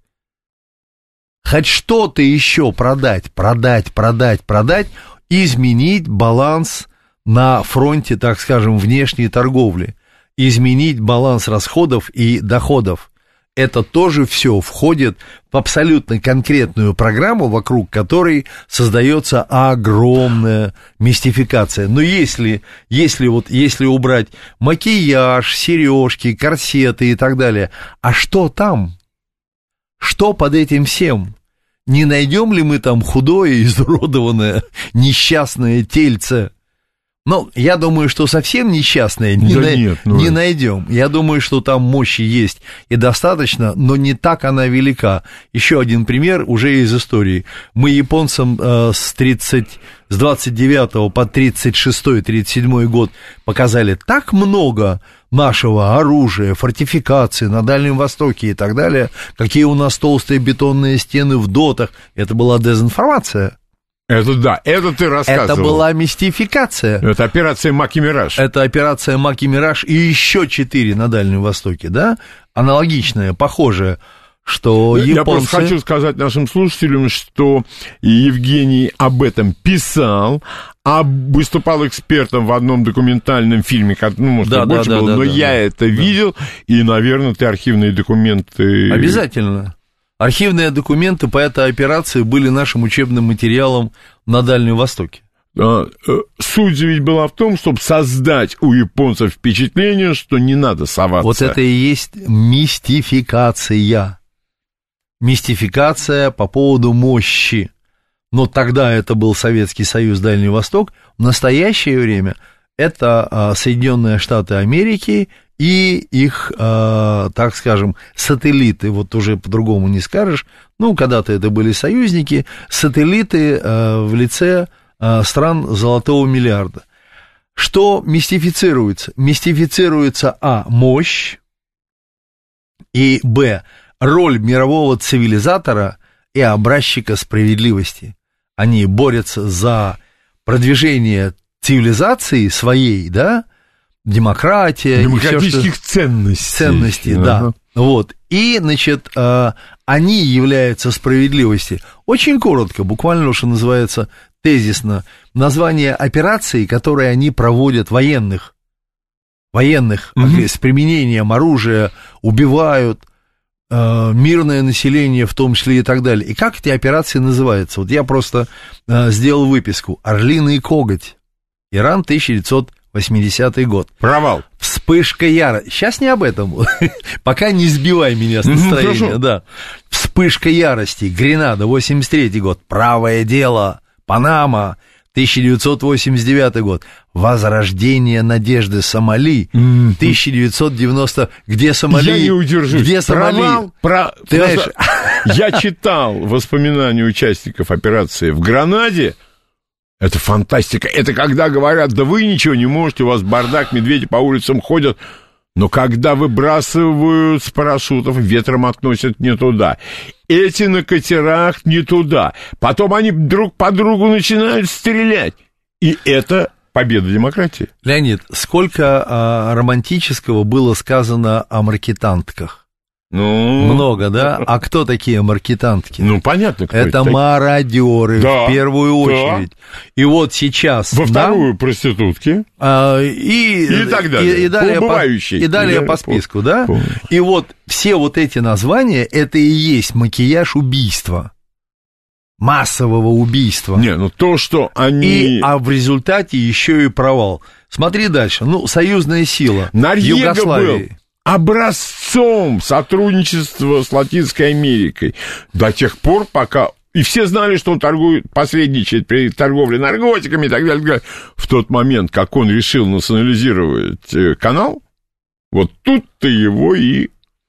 Speaker 4: Хоть что-то еще продать, продать, продать, продать, изменить баланс на фронте, так скажем, внешней торговли, изменить баланс расходов и доходов. Это тоже все входит в абсолютно конкретную программу, вокруг которой создается огромная мистификация. Но если, если, вот, если убрать макияж, сережки, корсеты и так далее, а что там? Что под этим всем? Не найдем ли мы там худое, изуродованное, несчастное тельце? Ну, я думаю, что совсем несчастное не, да на... нет, ну... не найдем. Я думаю, что там мощи есть и достаточно, но не так она велика. Еще один пример уже из истории. Мы японцам э, с, тридцать, с двадцать девятого по тридцать шестой тридцать седьмой год показали так много нашего оружия, фортификации на Дальнем Востоке и так далее, какие у нас толстые бетонные стены в дотах. Это была дезинформация.
Speaker 3: Это да, это ты рассказывал.
Speaker 4: Это была мистификация.
Speaker 3: Это операция «Мак и Мираж».
Speaker 4: Это операция «Мак и Мираж» и еще четыре на Дальнем Востоке, да? Аналогичная, похожая, что японцы...
Speaker 3: Я просто хочу сказать нашим слушателям, что Евгений об этом писал, а выступал экспертом в одном документальном фильме, ну, может, да, больше да, было, да, но да, я да, это да. видел, и, наверное, ты архивные документы...
Speaker 4: Обязательно. Архивные документы по этой операции были нашим учебным материалом на Дальнем Востоке.
Speaker 3: Суть ведь была в том, чтобы создать у японцев впечатление, что не надо соваться.
Speaker 4: Вот это и есть мистификация. Мистификация по поводу мощи. Но тогда это был Советский Союз, Дальний Восток. В настоящее время это Соединенные Штаты Америки и их, э, так скажем, сателлиты, вот уже по-другому не скажешь, ну, когда-то это были союзники, сателлиты э, в лице э, стран золотого миллиарда. Что мистифицируется? Мистифицируется, а, мощь, и, б, роль мирового цивилизатора и образчика справедливости. Они борются за продвижение цивилизации своей, да, демократия,
Speaker 3: демократических и все, что... ценностей,
Speaker 4: ценностей, ага. да, вот, и, значит, они являются справедливостью. Очень коротко, буквально, что называется, тезисно, название операций, которые они проводят, военных, военных, угу. с применением оружия, убивают мирное население, в том числе и так далее. И как эти операции называются? Вот я просто сделал выписку. «Орлиный коготь», Иран, тысяча девятьсот восьмидесятый год.
Speaker 3: Провал.
Speaker 4: Вспышка ярости. Сейчас не об этом. Пока не сбивай меня с настроения. Да. Вспышка ярости. Гренада, восемьдесят третий год. Правое дело. Панама, тысяча девятьсот восемьдесят девятый год. Возрождение надежды Сомали, тысяча девятьсот девяносто. Где Сомали?
Speaker 3: Я не удержусь.
Speaker 4: Где Сомали?
Speaker 3: Провал. Про... Ты знаешь... Я читал воспоминания участников операции в Гранаде. Это фантастика. Это когда говорят, да вы ничего не можете, у вас бардак, медведи по улицам ходят. Но когда выбрасывают с парашютов, ветром относят не туда. Эти на катерах не туда. Потом они друг по другу начинают стрелять. И это победа демократии.
Speaker 4: Леонид, сколько а, романтического было сказано о маркетантках?
Speaker 3: Ну,
Speaker 4: много, да? А кто такие маркетантки?
Speaker 3: Ну, понятно, кто
Speaker 4: это. Это мародеры, да, в первую очередь. Да. И вот сейчас...
Speaker 3: Во вторую, да, проститутки.
Speaker 4: А, и,
Speaker 3: и так далее.
Speaker 4: И, и далее, по, и далее и по списку, по, да? Помню. И вот все вот эти названия, это и есть макияж убийства. Массового убийства.
Speaker 3: Не, ну то, что они...
Speaker 4: И, а в результате еще и провал. Смотри дальше. Ну, союзная сила Югославии.
Speaker 3: Был образцом сотрудничества с Латинской Америкой до тех пор, пока... И все знали, что он торгует, посредничает при торговле наркотиками и так далее, и так далее. В тот момент, как он решил национализировать канал, вот тут-то его и...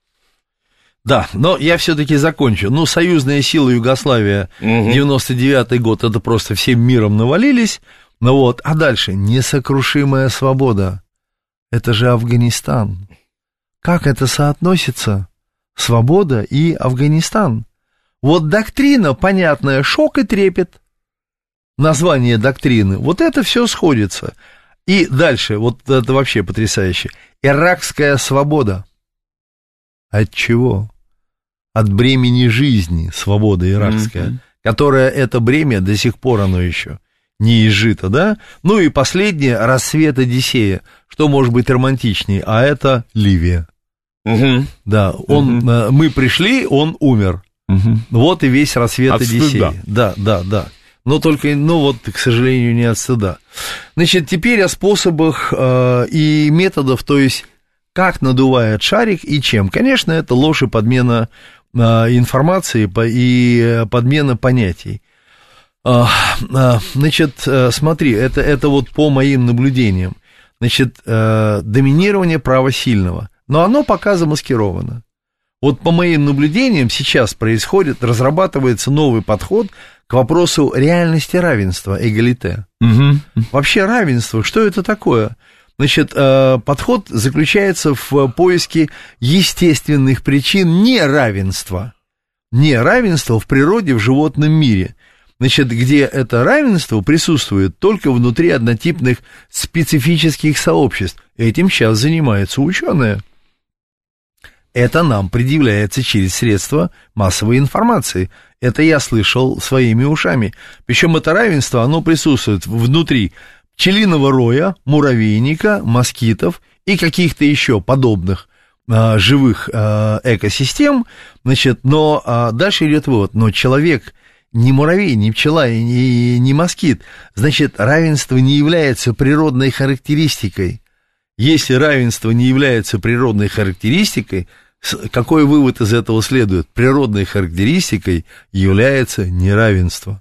Speaker 4: Да, но я все-таки закончу. Ну, союзная сила Югославия, угу. девяносто девятый год, это просто всем миром навалились. Ну вот, а дальше несокрушимая свобода. Это же Афганистан. Как это соотносится свобода и Афганистан. Вот доктрина, понятная, шок и трепет, название доктрины, вот это все сходится. И дальше, вот это вообще потрясающе, иракская свобода. От чего? От бремени жизни, свобода иракская, mm-hmm. которая это бремя до сих пор оно еще не изжито, да? Ну и последнее, рассвет Одиссея, что может быть романтичнее, а это Ливия. Mm-hmm. Да, он, mm-hmm. мы пришли, он умер. Mm-hmm. Вот и весь рассвет от Одиссея. Стыда. Да, да, да. Но только, ну вот, к сожалению, не от стыда. Значит, теперь о способах э, и методах, то есть как надувает шарик и чем. Конечно, это ложь и подмена э, информации и подмена понятий. Э, э, значит, э, смотри, это, это вот по моим наблюдениям. Значит, э, доминирование права сильного. Но оно пока замаскировано. Вот по моим наблюдениям сейчас происходит, разрабатывается новый подход к вопросу реальности равенства, эгалите. Угу. Вообще равенство, что это такое? Значит, подход заключается в поиске естественных причин неравенства. Неравенства в природе, в животном мире. Значит, где это равенство присутствует только внутри однотипных специфических сообществ. Этим сейчас занимаются ученые. Это нам предъявляется через средства массовой информации. Это я слышал своими ушами. Причем это равенство, оно присутствует внутри пчелиного роя, муравейника, москитов и каких-то еще подобных а, живых а, экосистем. Значит, но а, дальше идет вывод. Но человек не муравей, не пчела и не, не москит. Значит, равенство не является природной характеристикой. Если равенство не является природной характеристикой, какой вывод из этого следует? Природной характеристикой является неравенство.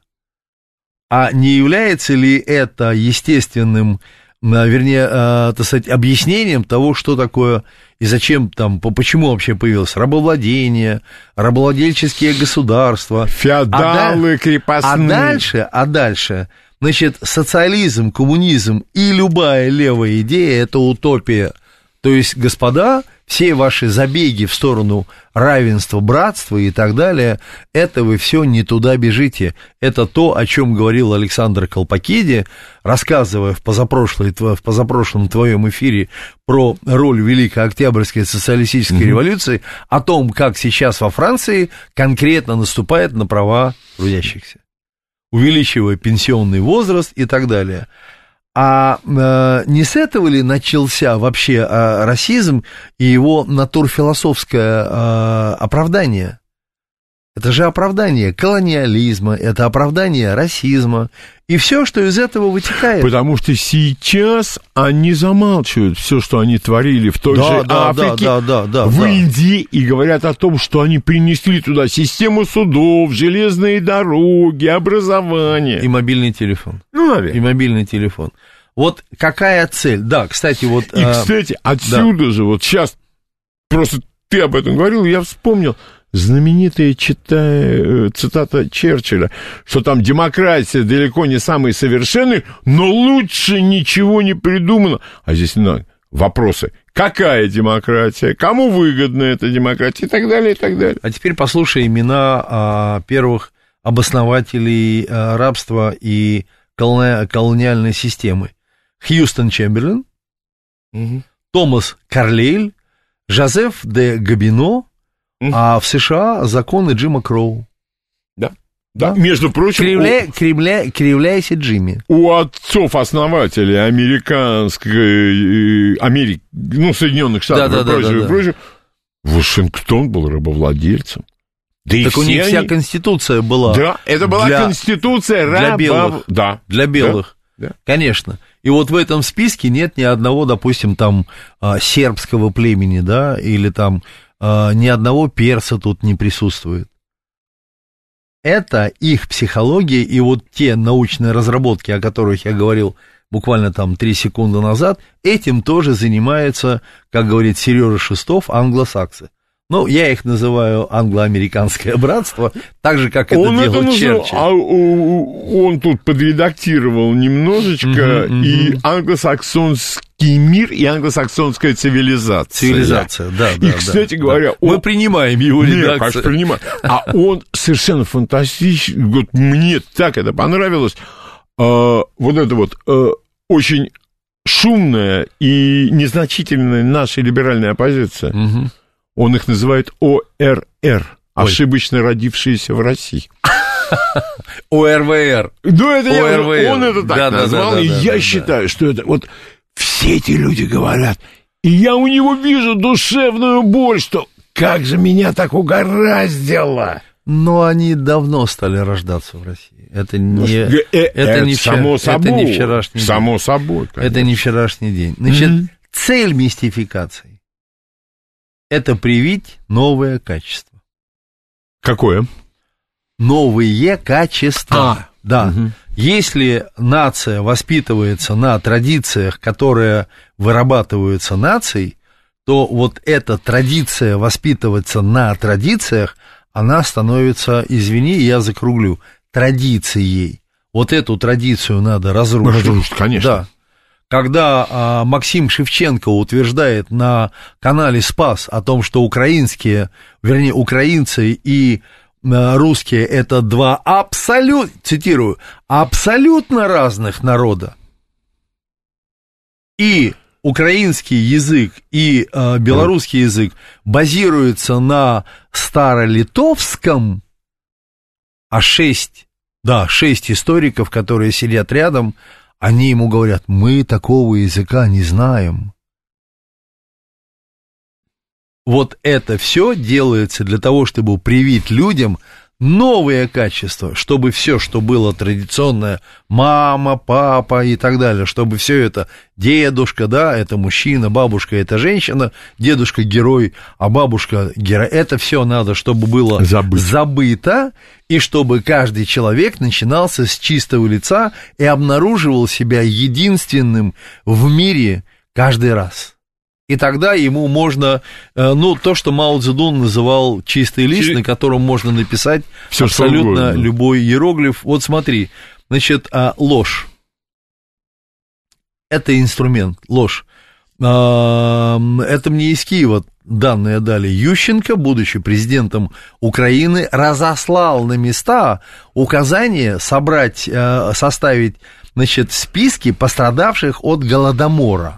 Speaker 4: А не является ли это естественным, вернее, так сказать, объяснением того, что такое и зачем там, почему вообще появилось рабовладение, рабовладельческие государства,
Speaker 3: феодалы, а крепостные.
Speaker 4: А дальше, а дальше, значит, социализм, коммунизм и любая левая идея – это утопия. То есть, господа, все ваши забеги в сторону равенства, братства и так далее, это вы все не туда бежите. Это то, о чем говорил Александр Колпакиди, рассказывая в, позапрошлой, в позапрошлом твоем эфире про роль Великой Октябрьской социалистической mm-hmm. революции, о том, как сейчас во Франции конкретно наступает на права трудящихся, увеличивая пенсионный возраст и так далее. А э, не с этого ли начался вообще э, расизм и его натурфилософское э, оправдание? Это же оправдание колониализма, это оправдание расизма и все, что из этого вытекает.
Speaker 3: Потому что сейчас они замалчивают все, что они творили в той да, же да, Африке,
Speaker 4: да, да, да,
Speaker 3: в
Speaker 4: да.
Speaker 3: Индии, и говорят о том, что они принесли туда систему судов, железные дороги, образование.
Speaker 4: И мобильный телефон.
Speaker 3: Ну, наверное.
Speaker 4: И мобильный телефон. Вот какая цель? Да, кстати, вот...
Speaker 3: И, кстати, отсюда да. же, вот сейчас, просто ты об этом говорил, я вспомнил знаменитая чита, цитата Черчилля, что там демократия далеко не самая совершенная, но лучше ничего не придумано. А здесь ну, вопросы. Какая демократия? Кому выгодна эта демократия? И так далее, и так далее.
Speaker 4: А теперь послушай имена а, первых обоснователей а, рабства и колони... колониальной системы. Хьюстон Чемберлен, угу. Томас Карлейль, Жозеф де Габино, угу. а в США законы Джима Кроу.
Speaker 3: Да. Да, между прочим...
Speaker 4: Кривля... У... Кривля... Кривляйся, Джимми.
Speaker 3: У отцов-основателей американской... Америки, ну, Соединенных Штатов да, да, и прочее, да, да, прочее, да. Вашингтон был рабовладельцем.
Speaker 4: Да так и у них они... вся конституция была.
Speaker 3: Да, это была для... конституция рабов...
Speaker 4: Для белых.
Speaker 3: Да.
Speaker 4: Для белых.
Speaker 3: Да. Да.
Speaker 4: Конечно. И вот в этом списке нет ни одного, допустим, там, сербского племени, да, или там ни одного перса тут не присутствует. Это их психология, и вот те научные разработки, о которых я говорил буквально там три секунды назад, этим тоже занимаются, как говорит Сережа Шестов, англосаксы. Ну, я их называю англо-американское братство, так же, как это он делал это Черчилль.
Speaker 3: А он тут подредактировал немножечко, uh-huh, uh-huh. и англосаксонский англосаксонский мир и англосаксонская цивилизация.
Speaker 4: Цивилизация, да, да.
Speaker 3: И, кстати
Speaker 4: да,
Speaker 3: говоря...
Speaker 4: Да. Он... Мы принимаем его редакцию.
Speaker 3: Нет, конечно, принимаем. А он совершенно фантастический. Вот мне так это понравилось. А, вот это вот а, очень шумная и незначительная наша либеральная оппозиция. Угу. Он их называет О Р Р. Ошибочно родившиеся в России.
Speaker 4: О Р В Р.
Speaker 3: Да, это я, он это так да, назвал, да, да, и да, я да, считаю, да. что это вот все эти люди говорят, и я у него вижу душевную боль, что как же меня так угораздило.
Speaker 4: Но они давно стали рождаться в России. Это не, э, э, это не,
Speaker 3: само
Speaker 4: вчера,
Speaker 3: собой,
Speaker 4: это не вчерашний
Speaker 3: само
Speaker 4: день.
Speaker 3: собой, конечно.
Speaker 4: Это не вчерашний день. Значит, mm-hmm. цель мистификации – это привить новое качество.
Speaker 3: Какое?
Speaker 4: Новые качества.
Speaker 3: А,
Speaker 4: да.
Speaker 3: Угу.
Speaker 4: Если нация воспитывается на традициях, которые вырабатываются нацией, то вот эта традиция воспитываться на традициях, она становится, извини, я закруглю, традицией. Вот эту традицию надо разрушить.
Speaker 3: Разрушить, конечно.
Speaker 4: Да. Когда а, Максим Шевченко утверждает на канале «Спас» о том, что украинские, вернее, украинцы и русские – это два абсолютно, цитирую, абсолютно разных народа. И украинский язык, и э, белорусский язык базируются на старолитовском, а шесть, да, шесть историков, которые сидят рядом, они ему говорят, мы такого языка не знаем. Вот это все делается для того, чтобы привить людям новые качества, чтобы все, что было традиционное, мама, папа и так далее, чтобы все это дедушка, да, это мужчина, бабушка, это женщина, дедушка герой, а бабушка герой, это все надо, чтобы было Забыть. забыто, и чтобы каждый человек начинался с чистого лица и обнаруживал себя единственным в мире каждый раз. И тогда ему можно, ну, то, что Мао Цзэдун называл чистый лист, Чили... на котором можно написать Всё, абсолютно любой иероглиф. Вот смотри, значит, ложь. Это инструмент, ложь. Это мне из Киева данные дали. Ющенко, будучи президентом Украины, разослал на места указание собрать, составить, значит, списки пострадавших от Голодомора.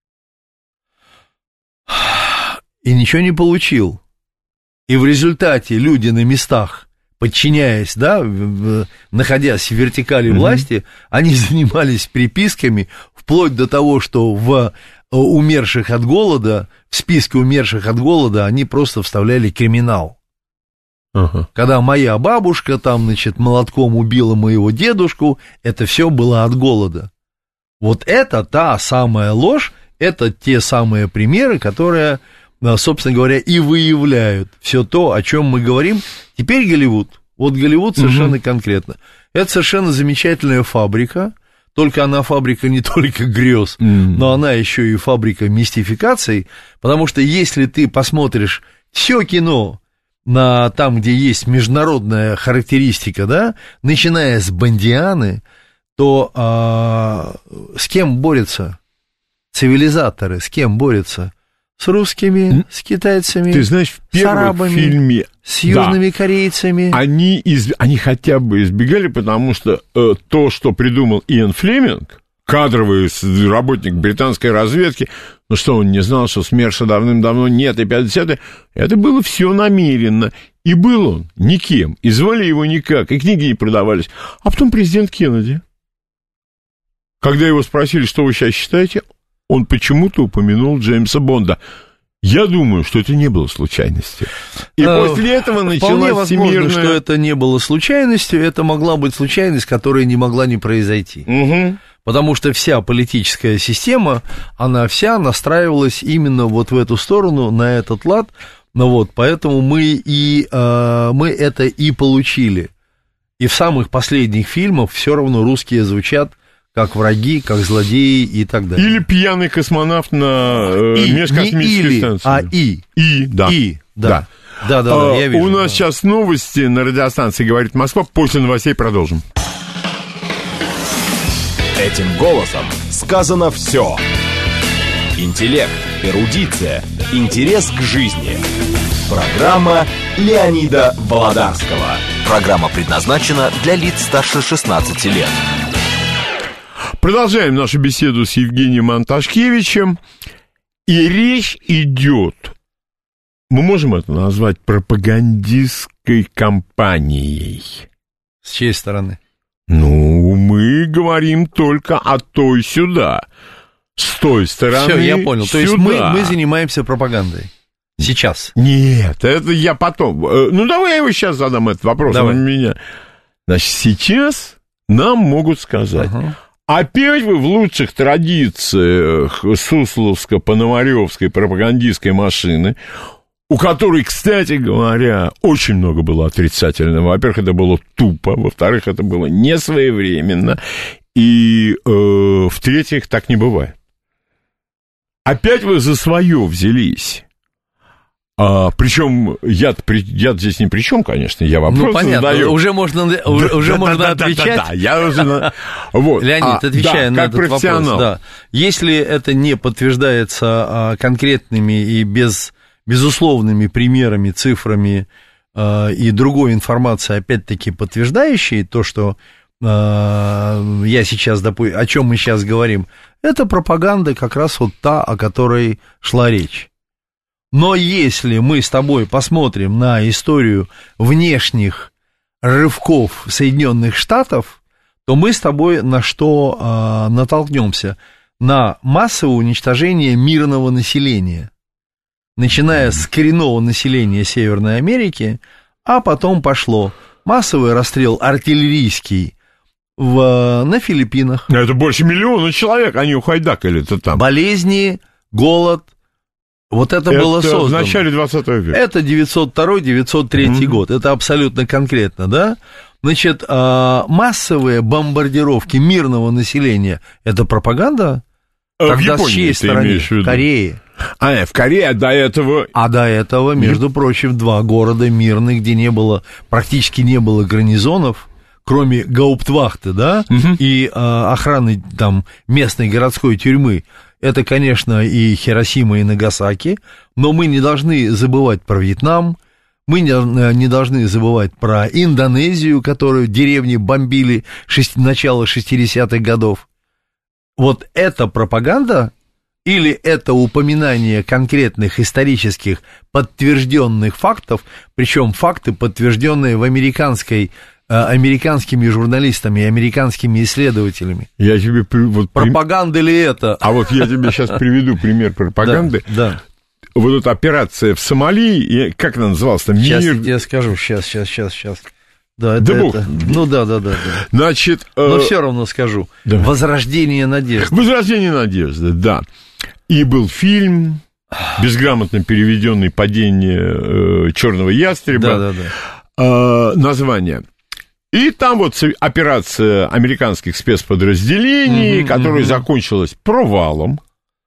Speaker 4: И ничего не получил. И в результате люди на местах, подчиняясь, да, находясь в вертикали власти, mm-hmm. они занимались приписками, вплоть до того, что в умерших от голода, в списке умерших от голода, они просто вставляли криминал. Uh-huh. Когда моя бабушка там, значит, молотком убила моего дедушку, это все было от голода. Вот это та самая ложь, это те самые примеры, которые, собственно говоря, и выявляют все то, о чем мы говорим. Теперь Голливуд. Вот Голливуд совершенно угу. конкретно. Это совершенно замечательная фабрика, только она фабрика не только грез, угу. но она еще и фабрика мистификаций, потому что если ты посмотришь все кино на там, где есть международная характеристика, да, начиная с Бондианы, то а, с кем борются цивилизаторы, с кем борются? С русскими, с китайцами,
Speaker 3: Ты знаешь, в первом
Speaker 4: с арабами,
Speaker 3: фильме,
Speaker 4: с южными да, корейцами.
Speaker 3: Они, из, они хотя бы избегали, потому что э, то, что придумал Иэн Флеминг, кадровый работник британской разведки, ну что, он не знал, что СМЕРШа давным-давно нет, и пятидесятые, это было все намеренно. И был он никем, и звали его никак, и книги не продавались. А потом президент Кеннеди. Когда его спросили, что вы сейчас считаете, он почему-то упомянул Джеймса Бонда. Я думаю, что это не было случайностью. И а, после этого началась
Speaker 4: вполне возможно,
Speaker 3: всемирная...
Speaker 4: что это не было случайностью, это могла быть случайность, которая не могла не произойти.
Speaker 3: Угу.
Speaker 4: Потому что вся политическая система, она вся настраивалась именно вот в эту сторону, на этот лад. Ну вот, поэтому мы, и, э, мы это и получили. И в самых последних фильмах все равно русские звучат как враги, как злодеи и так далее.
Speaker 3: Или пьяный космонавт на э,
Speaker 4: и,
Speaker 3: межкосмической станции.
Speaker 4: А и.
Speaker 3: И, да.
Speaker 4: И, да.
Speaker 3: да.
Speaker 4: Да, да, да,
Speaker 3: а,
Speaker 4: я вижу.
Speaker 3: У нас
Speaker 4: да.
Speaker 3: сейчас новости на радиостанции «Говорит Москва». После новостей продолжим.
Speaker 1: Этим голосом сказано все. интеллект, эрудиция, интерес к жизни. Программа Леонида Володарского.
Speaker 2: Программа предназначена для лиц старше шестнадцати лет.
Speaker 3: Продолжаем нашу беседу с Евгением Анташкевичем. И речь идет, мы можем это назвать пропагандистской кампанией.
Speaker 4: С чьей стороны?
Speaker 3: Ну, мы говорим только о той сюда. С той стороны.
Speaker 4: Все, я понял.
Speaker 3: Сюда.
Speaker 4: То есть мы, мы занимаемся пропагандой. Сейчас.
Speaker 3: Нет, это я потом. Ну, давай я его сейчас задам этот вопрос.
Speaker 4: Давай.
Speaker 3: Он меня... Значит, сейчас нам могут сказать, uh-huh. опять вы в лучших традициях Сусловско-Пономаревской пропагандистской машины, у которой, кстати говоря, очень много было отрицательного. Во-первых, это было тупо, во-вторых, это было несвоевременно, и, э, в-третьих, так не бывает. Опять вы за свое взялись. А, причем я, я здесь ни при чем, конечно, я вопрос
Speaker 4: ну, понятно,
Speaker 3: задаю.
Speaker 4: Уже можно, уже,
Speaker 3: да,
Speaker 4: уже
Speaker 3: да,
Speaker 4: можно
Speaker 3: да,
Speaker 4: отвечать.
Speaker 3: Да, да, да, я уже... Вот.
Speaker 4: Леонид,
Speaker 3: а,
Speaker 4: отвечая
Speaker 3: да,
Speaker 4: на этот вопрос, да. Если это не подтверждается а, конкретными и без, безусловными примерами, цифрами а, и другой информацией, опять-таки подтверждающей то, что а, я сейчас, допу- о чем мы сейчас говорим, это пропаганда как раз вот та, о которой шла речь. Но если мы с тобой посмотрим на историю внешних рывков Соединенных Штатов, то мы с тобой на что э, натолкнемся? На массовое уничтожение мирного населения, начиная с коренного населения Северной Америки, а потом пошло массовый расстрел артиллерийский в, на Филиппинах.
Speaker 3: Это больше миллиона человек, они ухайдакали-то там.
Speaker 4: Болезни, голод. Вот это, это было создано.
Speaker 3: В начале двадцатого века.
Speaker 4: Это девятьсот второй - девятьсот третий mm-hmm. год. Это абсолютно конкретно, да? Значит, массовые бомбардировки мирного населения – это пропаганда?
Speaker 3: А
Speaker 4: Тогда
Speaker 3: в Японии,
Speaker 4: с чьей стороны? В Корее.
Speaker 3: А, нет, в Корее до этого...
Speaker 4: А до этого, между прочим, два города мирных, где не было, практически не было гарнизонов, кроме гауптвахты, да, mm-hmm. и а, охраны там местной городской тюрьмы. Это, конечно, и Хиросима, и Нагасаки, но мы не должны забывать про Вьетнам, мы не, не должны забывать про Индонезию, которую деревни бомбили шесть, начало шестидесятых годов. Вот это пропаганда или это упоминание конкретных исторических подтвержденных фактов, причем факты, подтвержденные в американской американскими журналистами и американскими исследователями.
Speaker 3: Я тебе вот
Speaker 4: пропаганда ли это?
Speaker 3: А вот я тебе сейчас приведу пример пропаганды.
Speaker 4: Да, да.
Speaker 3: Вот эта операция в Сомали, как она называлась? Там
Speaker 4: сейчас
Speaker 3: мир...
Speaker 4: я тебе скажу, сейчас, сейчас, сейчас, сейчас. Да,
Speaker 3: да
Speaker 4: это,
Speaker 3: бог.
Speaker 4: Это... Ну да, да, да, да.
Speaker 3: Значит,
Speaker 4: но э... все равно скажу. Да. Возрождение надежды.
Speaker 3: Возрождение надежды, да. И был фильм, безграмотно переведенный «Падение э, черного ястреба».
Speaker 4: Да, да, да.
Speaker 3: Э, название. И там вот операция американских спецподразделений, mm-hmm, которая mm-hmm. закончилась провалом.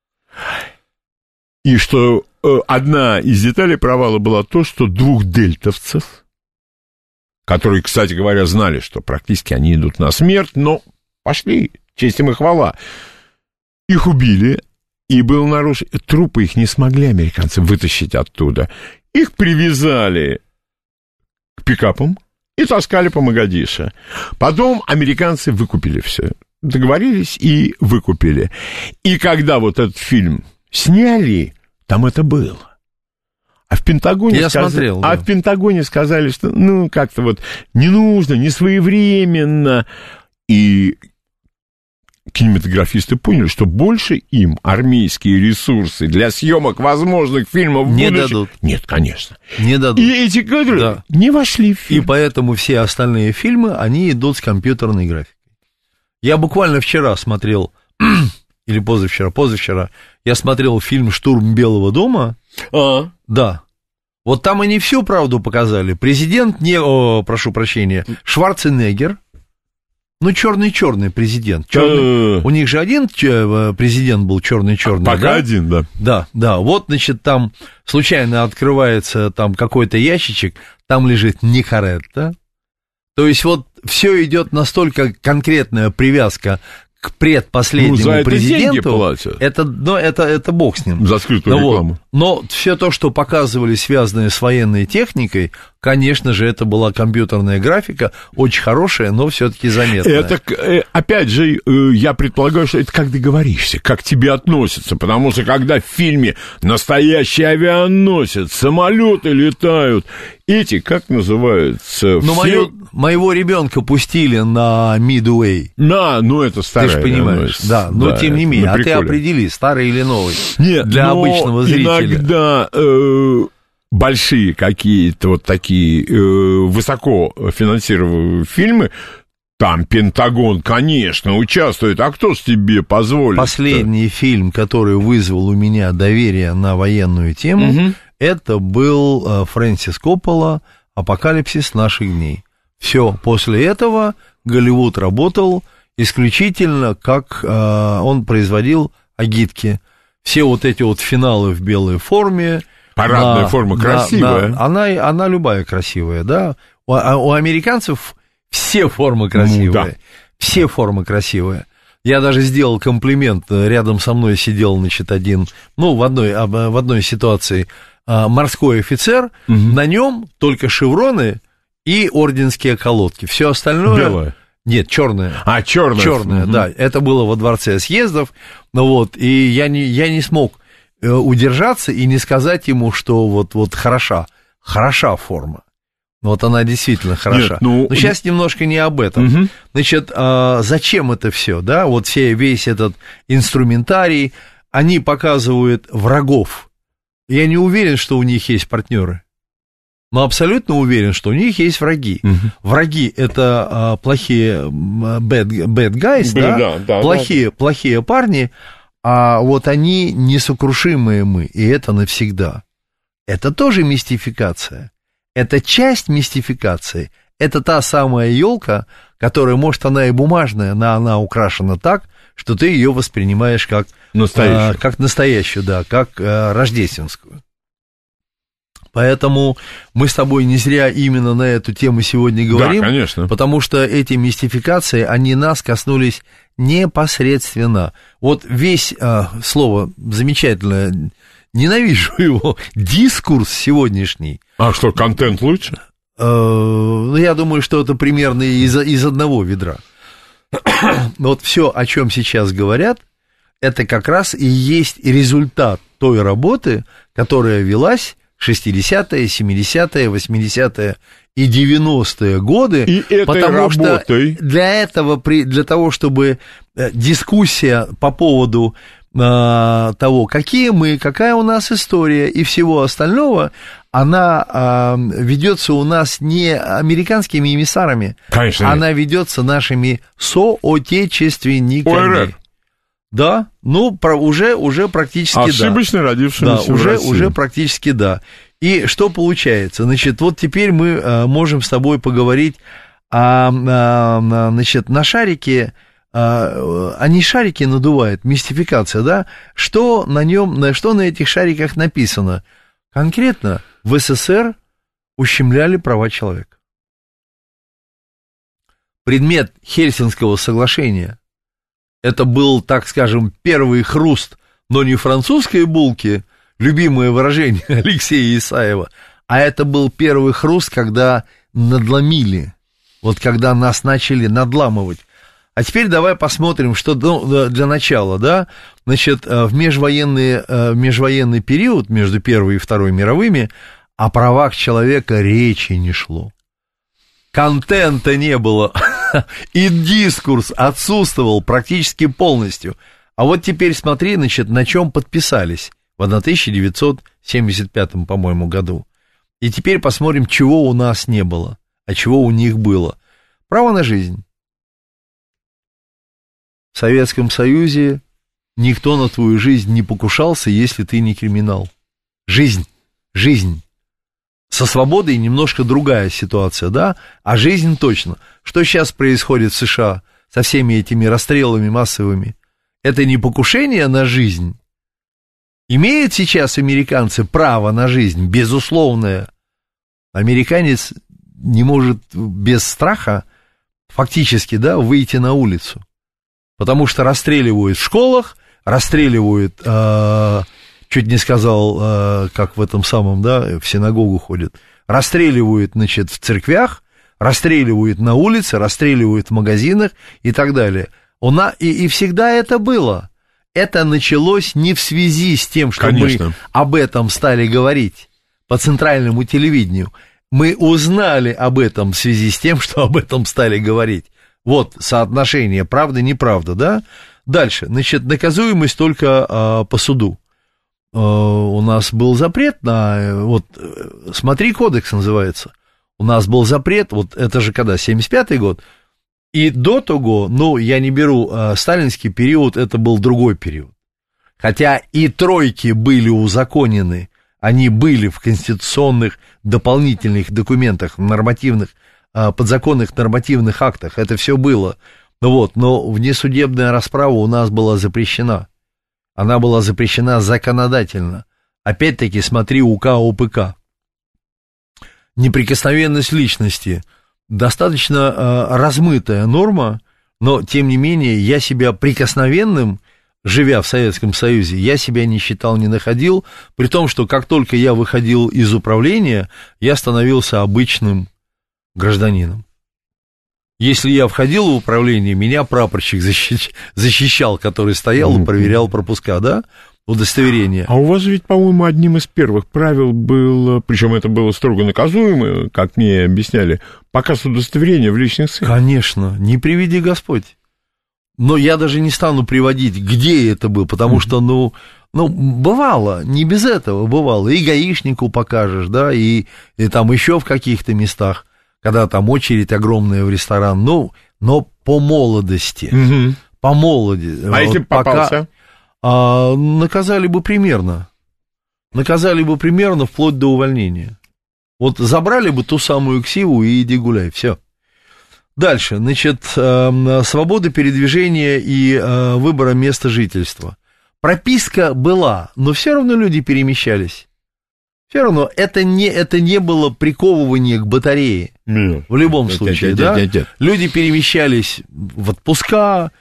Speaker 3: И что э, одна из деталей провала была то, что двух дельтовцев, которые, кстати говоря, знали, что практически они идут на смерть, но пошли, честь им и хвала, их убили, и был нарушен... Трупы их не смогли американцы вытащить оттуда. Их привязали к пикапам и таскали по Могадишо. Потом американцы выкупили все. Договорились и выкупили. И когда вот этот фильм сняли, там это было. А в Пентагоне,
Speaker 4: Я
Speaker 3: сказ...
Speaker 4: смотрел, да.
Speaker 3: а в Пентагоне сказали, что ну как-то вот не нужно, не своевременно. И кинематографисты поняли, что больше им армейские ресурсы для съемок возможных фильмов
Speaker 4: не
Speaker 3: будущем...
Speaker 4: дадут.
Speaker 3: Нет, конечно.
Speaker 4: Не дадут.
Speaker 3: И эти кадры да. не вошли в фильм.
Speaker 4: И поэтому все остальные фильмы, они идут с компьютерной графикой. Я буквально вчера смотрел, или позавчера, позавчера, я смотрел фильм «Штурм Белого дома».
Speaker 3: А.
Speaker 4: Да. Вот там они всю правду показали. Президент не... О, прошу прощения. Шварценеггер. Ну, черный-черный президент. Черный... У них же один президент был черный-черный.
Speaker 3: Пока
Speaker 4: да?
Speaker 3: один, да.
Speaker 4: Да, да. Вот, значит, там случайно открывается там какой-то ящичек, там лежит Никаретта. То есть вот все идет настолько конкретная привязка к предпоследнему ну, президенту, это, ну, это, это бог с ним.
Speaker 3: За скрытую
Speaker 4: но
Speaker 3: рекламу.
Speaker 4: Вот, но все то, что показывали, связанное с военной техникой, конечно же, это была компьютерная графика, очень хорошая, но все-таки заметная.
Speaker 3: Это, опять же, я предполагаю, что это как договоришься, как к тебе относятся, потому что когда в фильме настоящий авианосец, самолеты летают, эти, как называются?
Speaker 4: Ну, все... мою, моего ребенка пустили на Midway.
Speaker 3: На, ну это старый.
Speaker 4: Ты же понимаешь, да, но да, тем не менее, а ты определи, старый или новый.
Speaker 3: Нет,
Speaker 4: для обычного зрителя.
Speaker 3: Иногда э, большие какие-то вот такие э, высоко финансируемые фильмы, там Пентагон, конечно, участвует. А кто ж тебе позволит?
Speaker 4: Последний фильм, который вызвал у меня доверие на военную тему, угу. это был э, Фрэнсис Коппола «Апокалипсис наших дней». Все, после этого Голливуд работал исключительно, как э, он производил агитки. Все вот эти вот финалы в белой форме.
Speaker 3: Парадная на, форма красивая.
Speaker 4: На, на, она, она любая красивая, да. У, у американцев все формы красивые. Ну, да. Все формы красивые. Я даже сделал комплимент. Рядом со мной сидел, значит, один, ну, в одной, в одной ситуации морской офицер. Угу. На нем только шевроны и орденские колодки. Все остальное...
Speaker 3: Белое.
Speaker 4: Нет, черная.
Speaker 3: А, черная.
Speaker 4: Черная, угу. Да. Это было во дворце съездов. Ну вот, и я не, я не смог удержаться и не сказать ему, что вот, вот хороша, хороша форма. Вот она действительно хороша. Нет, ну... Но сейчас немножко не об этом. Угу. Значит, а зачем это все, да? Вот все, весь этот инструментарий, они показывают врагов. Я не уверен, что у них есть партнеры. Но абсолютно уверен, что у них есть враги. Угу. Враги — это а, плохие bad, bad guys, да? Да, да, плохие, да. плохие парни, а вот они несокрушимые мы, и это навсегда. Это тоже мистификация. Это часть мистификации. Это та самая елка, которая, может, она и бумажная, но она украшена так, что ты ее воспринимаешь как настоящую, а, как настоящую, да, как а, рождественскую. Поэтому мы с тобой не зря именно на эту тему сегодня говорим,
Speaker 3: да, конечно.
Speaker 4: Потому что эти мистификации, они нас коснулись непосредственно. Вот весь, а, слово замечательное, ненавижу его, дискурс сегодняшний.
Speaker 3: А что, контент лучше?
Speaker 4: Ну, я думаю, что это примерно из, из одного ведра. Вот все, о чем сейчас говорят, это как раз и есть результат той работы, которая велась шестидесятые, семидесятые, восьмидесятые и девяностые годы,
Speaker 3: и этой
Speaker 4: потому
Speaker 3: работой...
Speaker 4: что для этого, для того, чтобы дискуссия по поводу того, какие мы, какая у нас история и всего остального, она ведется у нас не американскими эмиссарами,
Speaker 3: конечно,
Speaker 4: она ведется нашими соотечественниками.
Speaker 3: ОРР.
Speaker 4: Да, ну, про, уже, уже практически
Speaker 3: Ошибочно
Speaker 4: да.
Speaker 3: Ошибочно родившимися
Speaker 4: да,
Speaker 3: в
Speaker 4: уже,
Speaker 3: России.
Speaker 4: уже практически да. И что получается? Значит, вот теперь мы а, можем с тобой поговорить о, а, значит, на шарике, а, они шарики надувают, мистификация, да? Что на нем, на, что на этих шариках написано? Конкретно в СССР ущемляли права человека. Предмет Хельсинского соглашения. Это был, так скажем, первый хруст, но не французской булки, любимое выражение Алексея Исаева, а это был первый хруст, когда надломили, вот когда нас начали надламывать. А теперь давай посмотрим, что ну, для начала, да, значит, в межвоенный, в межвоенный период между Первой и Второй мировыми о правах человека речи не шло. Контента не было, и дискурс отсутствовал практически полностью. А вот теперь смотри, значит, на чем подписались в тысяча девятьсот семьдесят пятом, по-моему, году. И теперь посмотрим, чего у нас не было, а чего у них было. Право на жизнь. В Советском Союзе никто на твою жизнь не покушался, если ты не криминал. Жизнь, жизнь. Со свободой немножко другая ситуация, да, а жизнь точно. Что сейчас происходит в США со всеми этими расстрелами массовыми? Это не покушение на жизнь? Имеют сейчас американцы право на жизнь, безусловное? Американец не может без страха фактически, да, выйти на улицу, Потому что расстреливают в школах, расстреливают, э, чуть не сказал, э, как в этом самом, да, в синагогу ходят, расстреливают, значит, в церквях, расстреливают на улице, расстреливают в магазинах и так далее. И, и всегда это было. Это началось не в связи с тем, что Конечно. мы об этом стали говорить по центральному телевидению. Мы узнали об этом в связи с тем, что об этом стали говорить. Вот соотношение правда-неправда, да? Дальше, значит, наказуемость только а, по суду. А, у нас был запрет на, вот, смотри, кодекс называется. У нас был запрет, вот это же когда, семьдесят пятый год, и до того, ну, я не беру а, сталинский период, это был другой период. Хотя и тройки были узаконены, они были в конституционных дополнительных документах, нормативных, а, подзаконных нормативных актах, это все было. Вот, но внесудебная расправа у нас была запрещена. Она была запрещена законодательно. Опять-таки, смотри УК ОПК. Неприкосновенность личности. Достаточно э, размытая норма, но, тем не менее, я себя прикосновенным, живя в Советском Союзе, я себя не считал, не находил, при том, что как только я выходил из управления, я становился обычным гражданином. Если я входил в управление, меня прапорщик защищал, который стоял и проверял пропуска, да, удостоверение.
Speaker 3: А у вас ведь, по-моему, одним из первых правил было, причем это было строго наказуемо, как мне объясняли, показ удостоверения в личных целях.
Speaker 4: Конечно, не приведи Господь. Но я даже не стану приводить, где это было, потому что, ну, ну, бывало, не без этого бывало. И гаишнику покажешь, да, и, и там еще в каких-то местах, когда там очередь огромная в ресторан, ну, но по молодости, угу. по молодости.
Speaker 3: А
Speaker 4: вот
Speaker 3: если бы попался?
Speaker 4: А, наказали бы примерно, наказали бы примерно вплоть до увольнения. Вот забрали бы ту самую ксиву и иди гуляй, все. Дальше, значит, свобода передвижения и выбора места жительства. Прописка была, но все равно люди перемещались. Все равно это не, это не было приковывание к батарее. Нет. В любом нет, случае, нет, да? Нет, нет. Люди перемещались в отпуска,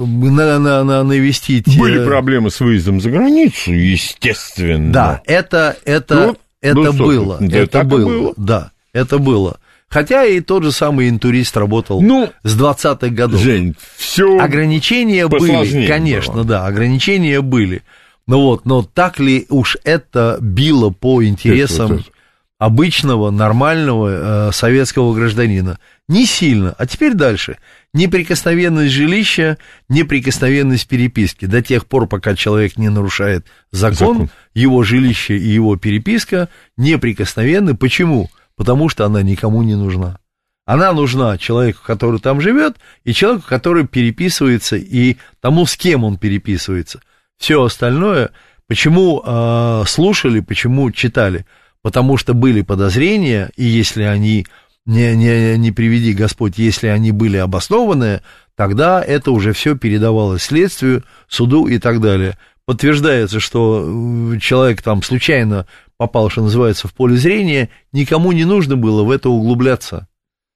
Speaker 4: на, на, на, навестить...
Speaker 3: Были проблемы с выездом за границу, естественно.
Speaker 4: Да, это, это, ну, это ну, было. Да, это было, было. Да, это было. Хотя и тот же самый интурист работал ну, с двадцатых годов.
Speaker 3: Жень, все
Speaker 4: ограничения были, конечно, было. Да, ограничения были. Ну вот, но так ли уж это било по интересам это, это. обычного, нормального э, советского гражданина? Не сильно. А теперь дальше. Неприкосновенность жилища, неприкосновенность переписки. До тех пор, пока человек не нарушает закон, закон. его жилище и его переписка неприкосновенны. Почему? Потому что она никому не нужна. Она нужна человеку, который там живет, и человеку, который переписывается, и тому, с кем он переписывается. Все остальное, почему э, слушали, почему читали? Потому что были подозрения, и если они, не, не, не приведи Господь, если они были обоснованные, тогда это уже все передавалось следствию, суду и так далее. Подтверждается, что человек там случайно попал, что называется, в поле зрения, никому не нужно было в это углубляться.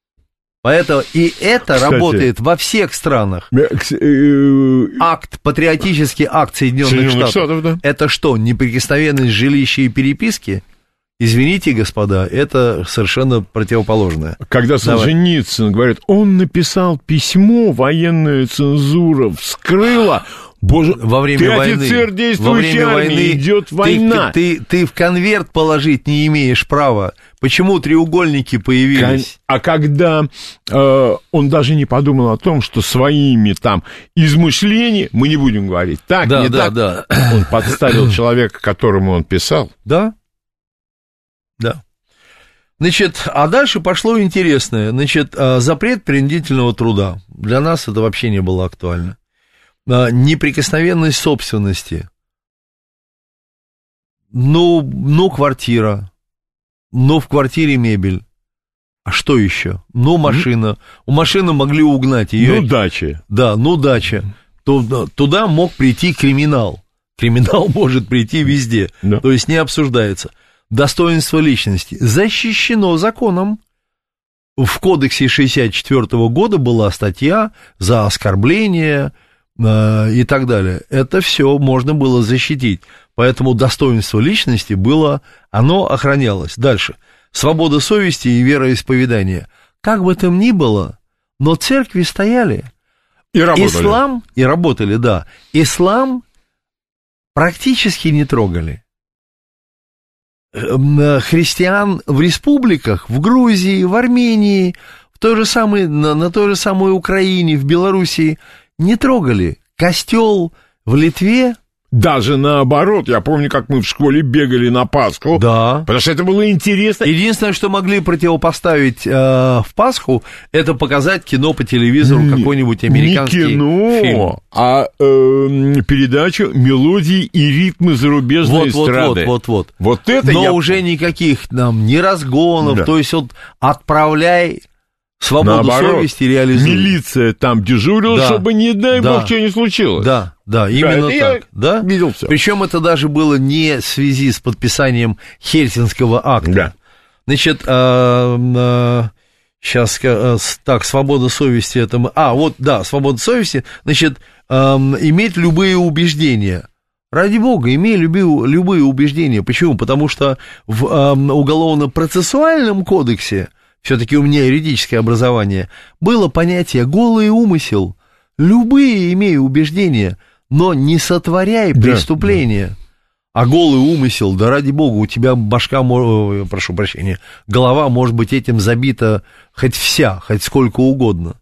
Speaker 4: Поэтому и это Кстати, работает во всех странах. Акт, патриотический акт Соединенных Штатов, Штатов да. это что, неприкосновенность жилища и переписки? Извините, господа, это совершенно противоположное.
Speaker 3: Когда Солженицын говорит, он написал письмо, военная цензура вскрыла... Боже,
Speaker 4: во время
Speaker 3: ты
Speaker 4: войны,
Speaker 3: офицер действующей армии, идет война.
Speaker 4: Ты, ты, ты в конверт положить не имеешь права. Почему треугольники появились?
Speaker 3: А когда э, он даже не подумал о том, что своими там измышлениями, мы не будем говорить, так,
Speaker 4: да,
Speaker 3: не
Speaker 4: да,
Speaker 3: так,
Speaker 4: да.
Speaker 3: он подставил человека, которому он писал.
Speaker 4: Да, да. Значит, а дальше пошло интересное. Значит, запрет принудительного труда. Для нас это вообще не было актуально. Неприкосновенность собственности. Ну, ну, квартира. Ну, в квартире мебель. А что еще? Ну, машина. У машины могли угнать ее.
Speaker 3: Ну, дача.
Speaker 4: Да, ну, дача. Туда мог прийти криминал. Криминал может прийти везде. Да. То есть не обсуждается. Достоинство личности защищено законом. В кодексе шестьдесят четвёртого года была статья за оскорбление, и так далее. Это все можно было защитить. Поэтому достоинство личности было, оно охранялось. Дальше. Свобода совести и вероисповедания. Как бы там ни было, но церкви стояли.
Speaker 3: И работали.
Speaker 4: Ислам, и работали, да. Ислам практически не трогали. Христиан в республиках, в Грузии, в Армении, в той же самой, на, на той же самой Украине, в Белоруссии не трогали. Костел в Литве.
Speaker 3: Даже наоборот, я помню, как мы в школе бегали на Пасху.
Speaker 4: Да.
Speaker 3: Потому что это было интересно.
Speaker 4: Единственное, что могли противопоставить э, в Пасху, это показать кино по телевизору, не, какой-нибудь американский фильм.
Speaker 3: Не кино,
Speaker 4: фильм.
Speaker 3: а э, передачу «Мелодии и ритмы зарубежной
Speaker 4: вот,
Speaker 3: эстрады».
Speaker 4: Вот, вот, вот.
Speaker 3: Вот это
Speaker 4: Но
Speaker 3: я...
Speaker 4: уже никаких там ни разгонов, да. То есть вот отправляй... Свободу
Speaker 3: Наоборот,
Speaker 4: совести реализует.
Speaker 3: Милиция там дежурила, да, чтобы, не дай да, бог, что не случилось.
Speaker 4: Да, да, именно да, так. Да?
Speaker 3: Видел все.
Speaker 4: Причем это даже было не в связи с подписанием Хельсинского акта.
Speaker 3: Да.
Speaker 4: Значит, а, а, сейчас, а, так, свобода совести, это мы... А, вот, да, свобода совести, значит, а, иметь любые убеждения. Ради бога, имей любые, любые убеждения. Почему? Потому что в а, уголовно-процессуальном кодексе все-таки у меня юридическое образование, было понятие «голый умысел». Любые имей убеждения, но не сотворяй преступления. Да, да. А голый умысел, да ради бога, у тебя башка, прошу прощения, голова может быть этим забита хоть вся, хоть сколько угодно.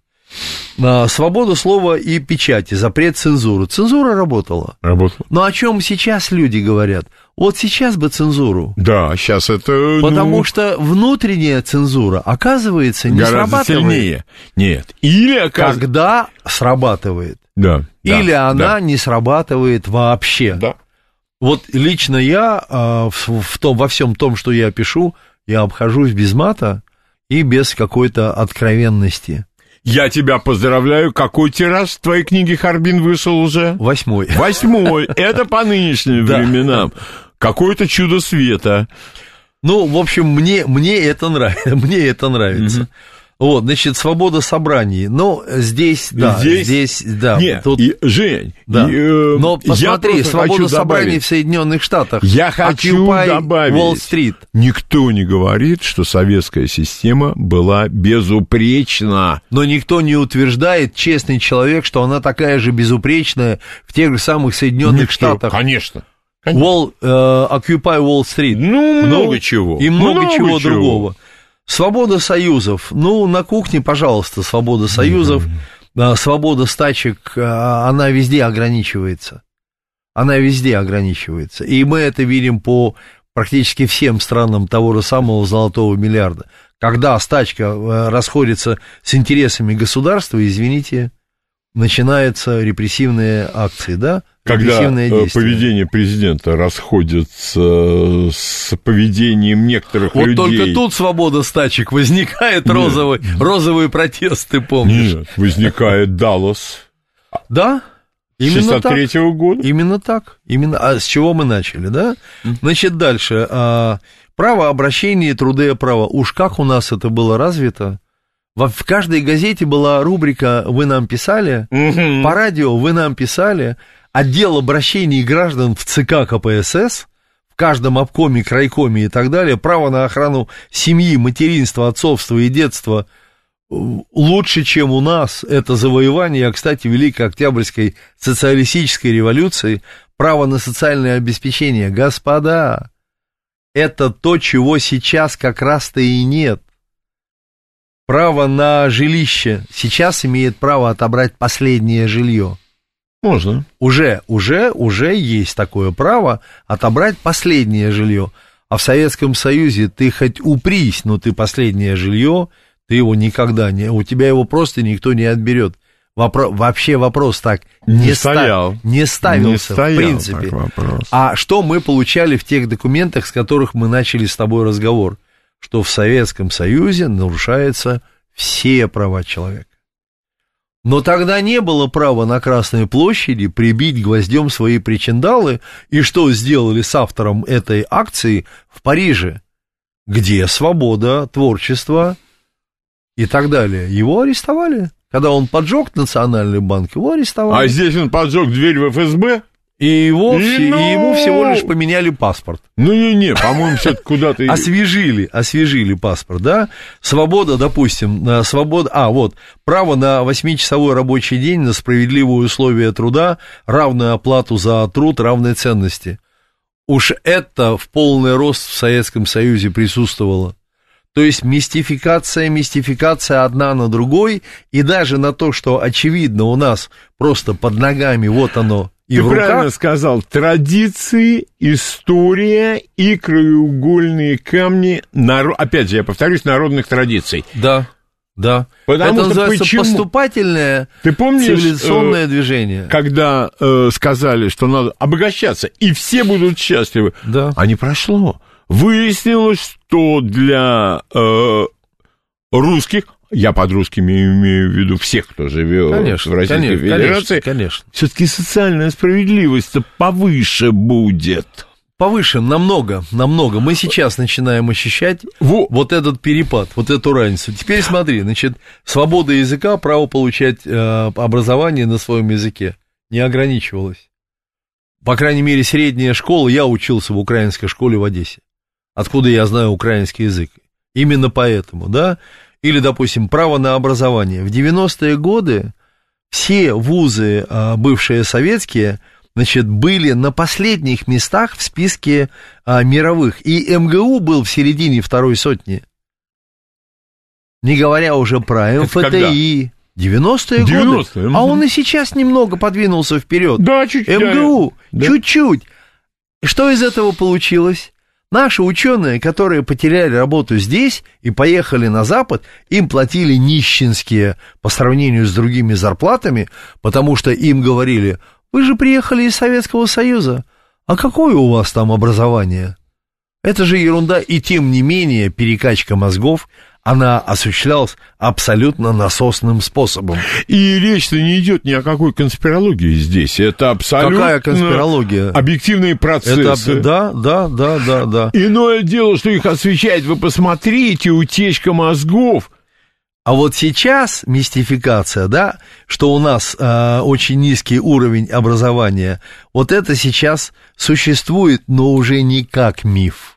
Speaker 4: Свобода слова и печати, запрет цензуры. Цензура работала.
Speaker 3: Работала.
Speaker 4: Но о чем сейчас люди говорят? Вот сейчас бы цензуру.
Speaker 3: Да, сейчас это...
Speaker 4: Потому
Speaker 3: ну...
Speaker 4: что внутренняя цензура, оказывается, не
Speaker 3: гораздо
Speaker 4: срабатывает.
Speaker 3: Сильнее. Нет. Или оказывается...
Speaker 4: Когда срабатывает.
Speaker 3: Да.
Speaker 4: Или
Speaker 3: да,
Speaker 4: она
Speaker 3: да.
Speaker 4: не срабатывает вообще.
Speaker 3: Да.
Speaker 4: Вот лично я в, в том, во всем том, что я пишу, я обхожусь без мата и без какой-то откровенности.
Speaker 3: Я тебя поздравляю. Какой тираж твоей книги «Харбин» вышел уже?
Speaker 4: Восьмой.
Speaker 3: Восьмой. Это по нынешним временам. Какое-то чудо света.
Speaker 4: Ну, в общем, мне, мне это нравится. Мне это нравится. Вот, значит, свобода собраний. Но здесь, да, здесь, здесь да.
Speaker 3: Нет,
Speaker 4: тут...
Speaker 3: и, Жень,
Speaker 4: да.
Speaker 3: И, э,
Speaker 4: но посмотри, свобода собраний
Speaker 3: добавить.
Speaker 4: в Соединенных Штатах.
Speaker 3: Я хочу
Speaker 4: Occupy
Speaker 3: добавить.
Speaker 4: Уолл-стрит.
Speaker 3: Никто не говорит, что советская система была безупречна.
Speaker 4: Но никто не утверждает, честный человек, что она такая же безупречная в тех же самых Соединенных
Speaker 3: никто.
Speaker 4: Штатах.
Speaker 3: Конечно.
Speaker 4: Wall, uh, Occupy Wall-Street.
Speaker 3: Ну, много ну, чего.
Speaker 4: И много, много чего,
Speaker 3: чего
Speaker 4: другого. Свобода союзов. Ну, на кухне, пожалуйста, свобода союзов. Mm-hmm. Свобода стачек, она везде ограничивается. Она везде ограничивается. И мы это видим по практически всем странам того же самого золотого миллиарда. Когда стачка расходится с интересами государства, извините, начинаются репрессивные акции, да?
Speaker 3: Когда поведение президента расходится с поведением некоторых
Speaker 4: вот
Speaker 3: людей...
Speaker 4: Вот только тут свобода стачек возникает, розовый, розовые протесты, помнишь?
Speaker 3: Нет, возникает Даллас.
Speaker 4: Да? Именно
Speaker 3: шестьдесят третьего года.
Speaker 4: Именно так. Именно. А с чего мы начали, да? Значит, дальше. Право обращения, труды права. Уж как у нас это было развито. В каждой газете была рубрика «Вы нам писали», угу. По радио «Вы нам писали», отдел обращений граждан в ЦК КПСС, в каждом обкоме, крайкоме и так далее, право на охрану семьи, материнства, отцовства и детства лучше, чем у нас, это завоевание, кстати, Великой Октябрьской социалистической революции, право на социальное обеспечение. Господа, это то, чего сейчас как раз-то и нет. Право на жилище. Сейчас имеет право отобрать последнее жилье.
Speaker 3: Можно.
Speaker 4: Уже, уже, уже есть такое право отобрать последнее жилье. А в Советском Союзе ты хоть упрись, но ты последнее жилье, ты его никогда не... У тебя его просто никто не отберет. Вопро, вообще вопрос так не,
Speaker 3: не стоял.
Speaker 4: Ста, не ставился,
Speaker 3: не стоял,
Speaker 4: в принципе.
Speaker 3: Вопрос.
Speaker 4: А что мы получали в тех документах, с которых мы начали с тобой разговор? Что в Советском Союзе нарушаются все права человека. Но тогда не было права на Красной площади прибить гвоздем свои причиндалы, и что сделали с автором этой акции в Париже, где свобода творчества и так далее. Его арестовали. Когда он поджег Национальный банк, его арестовали.
Speaker 3: А здесь он поджег дверь в эф эс бэ?
Speaker 4: И, его, и, и ему всего лишь поменяли паспорт.
Speaker 3: Ну, не-не, по-моему, все-таки куда-то...
Speaker 4: Освежили, освежили паспорт, да? Свобода, допустим, свобода... А, вот, право на восьмичасовой рабочий день, на справедливые условия труда, равную оплату за труд, равной ценности. Уж это в полный рост в Советском Союзе присутствовало. То есть мистификация, мистификация одна на другой, и даже на то, что, очевидно, у нас просто под ногами вот оно... И
Speaker 3: Ты правильно сказал, традиции, история и краеугольные камни, наро... опять же, я повторюсь, народных традиций.
Speaker 4: Да, да.
Speaker 3: Потому
Speaker 4: это
Speaker 3: что
Speaker 4: называется
Speaker 3: почему?
Speaker 4: Поступательное
Speaker 3: Ты помнишь,
Speaker 4: цивилизационное
Speaker 3: э,
Speaker 4: движение.
Speaker 3: Когда э, сказали, что надо обогащаться, и все будут счастливы,
Speaker 4: да.
Speaker 3: А не прошло. Выяснилось, что для э, русских... Я под русскими имею в виду всех, кто живет конечно, в Российской конечно, Федерации.
Speaker 4: Конечно, конечно.
Speaker 3: Все-таки социальная справедливость-то повыше будет.
Speaker 4: Повыше, намного, намного. Мы сейчас начинаем ощущать Во. вот этот перепад, вот эту разницу. Теперь смотри, значит, свобода языка, право получать э, образование на своем языке не ограничивалось. По крайней мере, средняя школа, я учился в украинской школе в Одессе. Откуда я знаю украинский язык? Именно поэтому, да? Или, допустим, право на образование. В девяностые годы все вузы, бывшие советские, значит, были на последних местах в списке мировых. И эм гэ у был в середине второй сотни. Не говоря уже про эм эф тэ и. девяностые годы. А он и сейчас немного подвинулся вперед.
Speaker 3: Да, чуть-чуть.
Speaker 4: эм гэ у, да. чуть-чуть. И что из этого получилось? Наши ученые, которые потеряли работу здесь и поехали на Запад, им платили нищенские по сравнению с другими зарплатами, потому что им говорили, вы же приехали из Советского Союза, а какое у вас там образование? Это же ерунда, и тем не менее перекачка мозгов, она осуществлялась абсолютно насосным способом.
Speaker 3: И речь-то не идет ни о какой конспирологии здесь. Это абсолютно...
Speaker 4: Какая конспирология?
Speaker 3: Объективные процессы.
Speaker 4: Это, да, да, да, да, да.
Speaker 3: Иное дело, что их освещает, вы посмотрите, утечка мозгов.
Speaker 4: А вот сейчас мистификация, да, что у нас э, очень низкий уровень образования, вот это сейчас существует, но уже не как миф.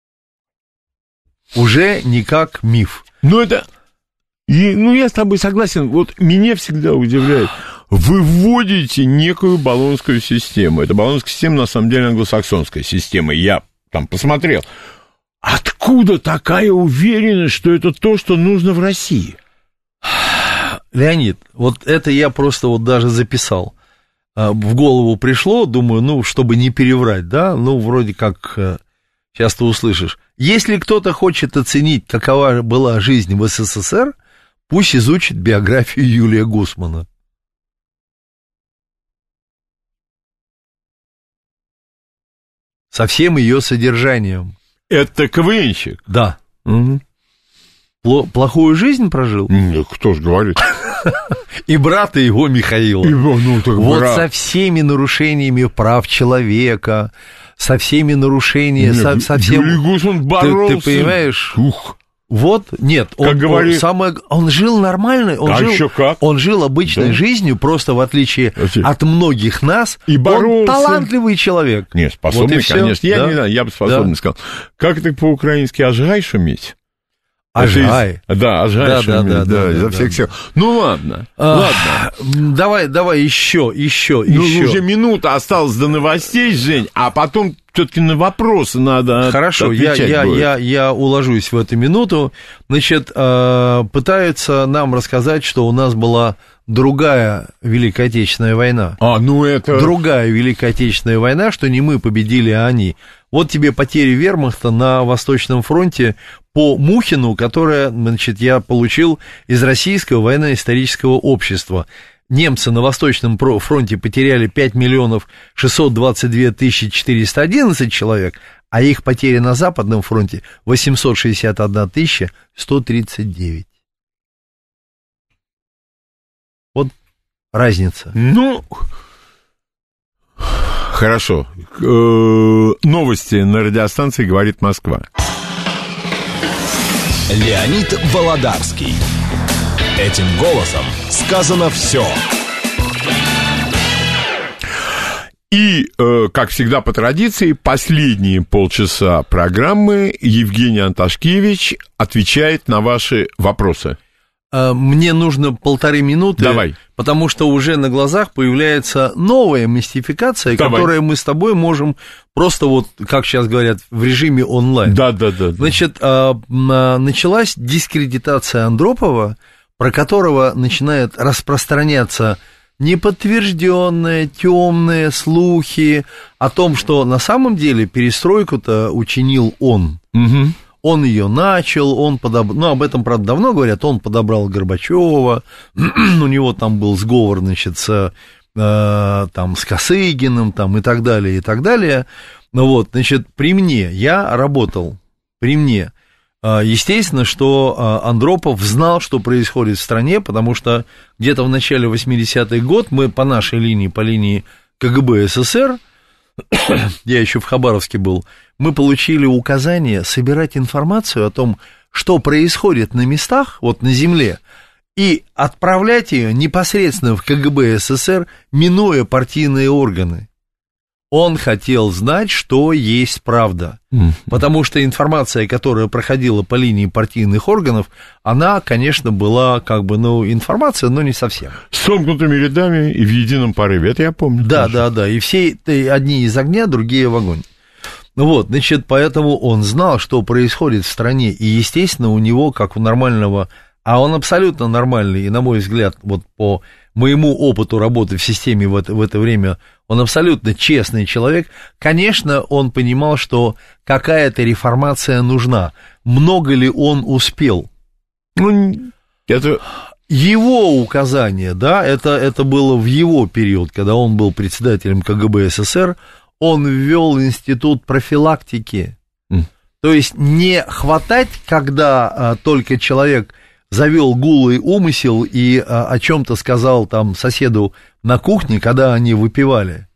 Speaker 4: Уже не как миф.
Speaker 3: Ну, это... И, ну, я с тобой согласен. Вот меня всегда удивляет. Вы вводите некую болонскую систему. Это болонская система, на самом деле, англосаксонская система. Я там посмотрел. Откуда такая уверенность, что это то, что нужно в России?
Speaker 4: Леонид, вот это я просто вот даже записал. В голову пришло, думаю, ну, чтобы не переврать, да, ну, вроде как... Сейчас ты услышишь. Если кто-то хочет оценить, какова была жизнь в эс эс эс эр, пусть изучит биографию Юлия Гусмана. Со всем ее содержанием.
Speaker 3: Это КВНщик?
Speaker 4: Да. Угу. Плохую жизнь прожил?
Speaker 3: Нет, кто ж говорит.
Speaker 4: И брата его Михаила. Ну, вот брат. Со всеми нарушениями прав человека, со всеми нарушениями, нет, со, со всем...
Speaker 3: Юлий Гусман боролся.
Speaker 4: Ты, ты понимаешь?
Speaker 3: Ух.
Speaker 4: Вот, нет, он,
Speaker 3: говорит...
Speaker 4: он, самое, он жил нормально, он,
Speaker 3: а
Speaker 4: жил,
Speaker 3: еще как?
Speaker 4: Он жил обычной да. жизнью, просто в отличие Отлично. от многих нас,
Speaker 3: и
Speaker 4: он талантливый человек.
Speaker 3: Нет, способный, вот конечно, я
Speaker 4: да?
Speaker 3: не знаю, я бы способный да. сказал. Как это по-украински «ажгай» шуметь?
Speaker 4: Ажгай.
Speaker 3: Да, ажгай
Speaker 4: да,
Speaker 3: шуметь,
Speaker 4: да, да,
Speaker 3: да,
Speaker 4: да,
Speaker 3: изо
Speaker 4: да,
Speaker 3: всех
Speaker 4: да.
Speaker 3: сил. Ну, ладно,
Speaker 4: а,
Speaker 3: ладно.
Speaker 4: Давай, давай еще, еще,
Speaker 3: ну,
Speaker 4: еще.
Speaker 3: Уже минута осталась до новостей, Жень, а потом все-таки на вопросы надо
Speaker 4: Хорошо,
Speaker 3: отвечать
Speaker 4: я, я,
Speaker 3: будет.
Speaker 4: я, я уложусь в эту минуту. Значит, пытаются нам рассказать, что у нас была другая Великая Отечественная война.
Speaker 3: А, ну это...
Speaker 4: Другая Великая Отечественная война, что не мы победили, а они. Вот тебе потери вермахта на Восточном фронте по Мухину, которое, значит, я получил из Российского военно-исторического общества. Немцы на Восточном фронте потеряли пять миллионов шестьсот двадцать две тысячи четыреста одиннадцать человек, а их потери на Западном фронте восемьсот шестьдесят одна тысяча сто тридцать девять. Вот разница.
Speaker 3: Ну, хорошо. Новости на радиостанции «Говорит Москва».
Speaker 1: Леонид Володарский. Этим голосом сказано все.
Speaker 3: И, э, как всегда по традиции, последние полчаса программы Евгений Анташкевич отвечает на ваши вопросы.
Speaker 4: Мне нужно полторы минуты,
Speaker 3: Давай.
Speaker 4: Потому что уже на глазах появляется новая мистификация, Давай. Которую мы с тобой можем просто вот, как сейчас говорят, в режиме онлайн.
Speaker 3: Да, да, да.
Speaker 4: Значит, началась дискредитация Андропова, про которого начинает распространяться неподтвержденные, темные слухи о том, что на самом деле перестройку-то учинил он.
Speaker 3: Угу.
Speaker 4: Он ее начал, он подобрал, ну, об этом, правда, давно говорят, он подобрал Горбачева, у него там был сговор, значит, с, э, там, с Косыгиным, там, и так далее, и так далее. Ну, вот, значит, при мне, я работал, при мне, естественно, что Андропов знал, что происходит в стране, потому что где-то в начале восьмидесятых годов мы по нашей линии, по линии КГБ СССР, я еще в Хабаровске был, мы получили указание собирать информацию о том, что происходит на местах, вот на земле, и отправлять ее непосредственно в КГБ СССР, минуя партийные органы. Он хотел знать, что есть правда, mm-hmm. потому что информация, которая проходила по линии партийных органов, она, конечно, была как бы, ну, информация, но не совсем.
Speaker 3: С сомкнутыми рядами и в едином порыве, это я помню.
Speaker 4: Да, тоже. да, да, и все одни из огня, другие в огонь. Вот, значит, поэтому он знал, что происходит в стране, и, естественно, у него, как у нормального, а он абсолютно нормальный, и, на мой взгляд, вот по моему опыту работы в системе в это, в это время, он абсолютно честный человек. Конечно, он понимал, что какая-то реформация нужна. Много ли он успел?
Speaker 3: Ну, это...
Speaker 4: Его указание, да, это, это было в его период, когда он был председателем КГБ СССР, он ввел институт профилактики. Mm. То есть не хватать, когда а, только человек завел гулый умысел и а, о чем-то сказал там соседу на кухне, когда они выпивали,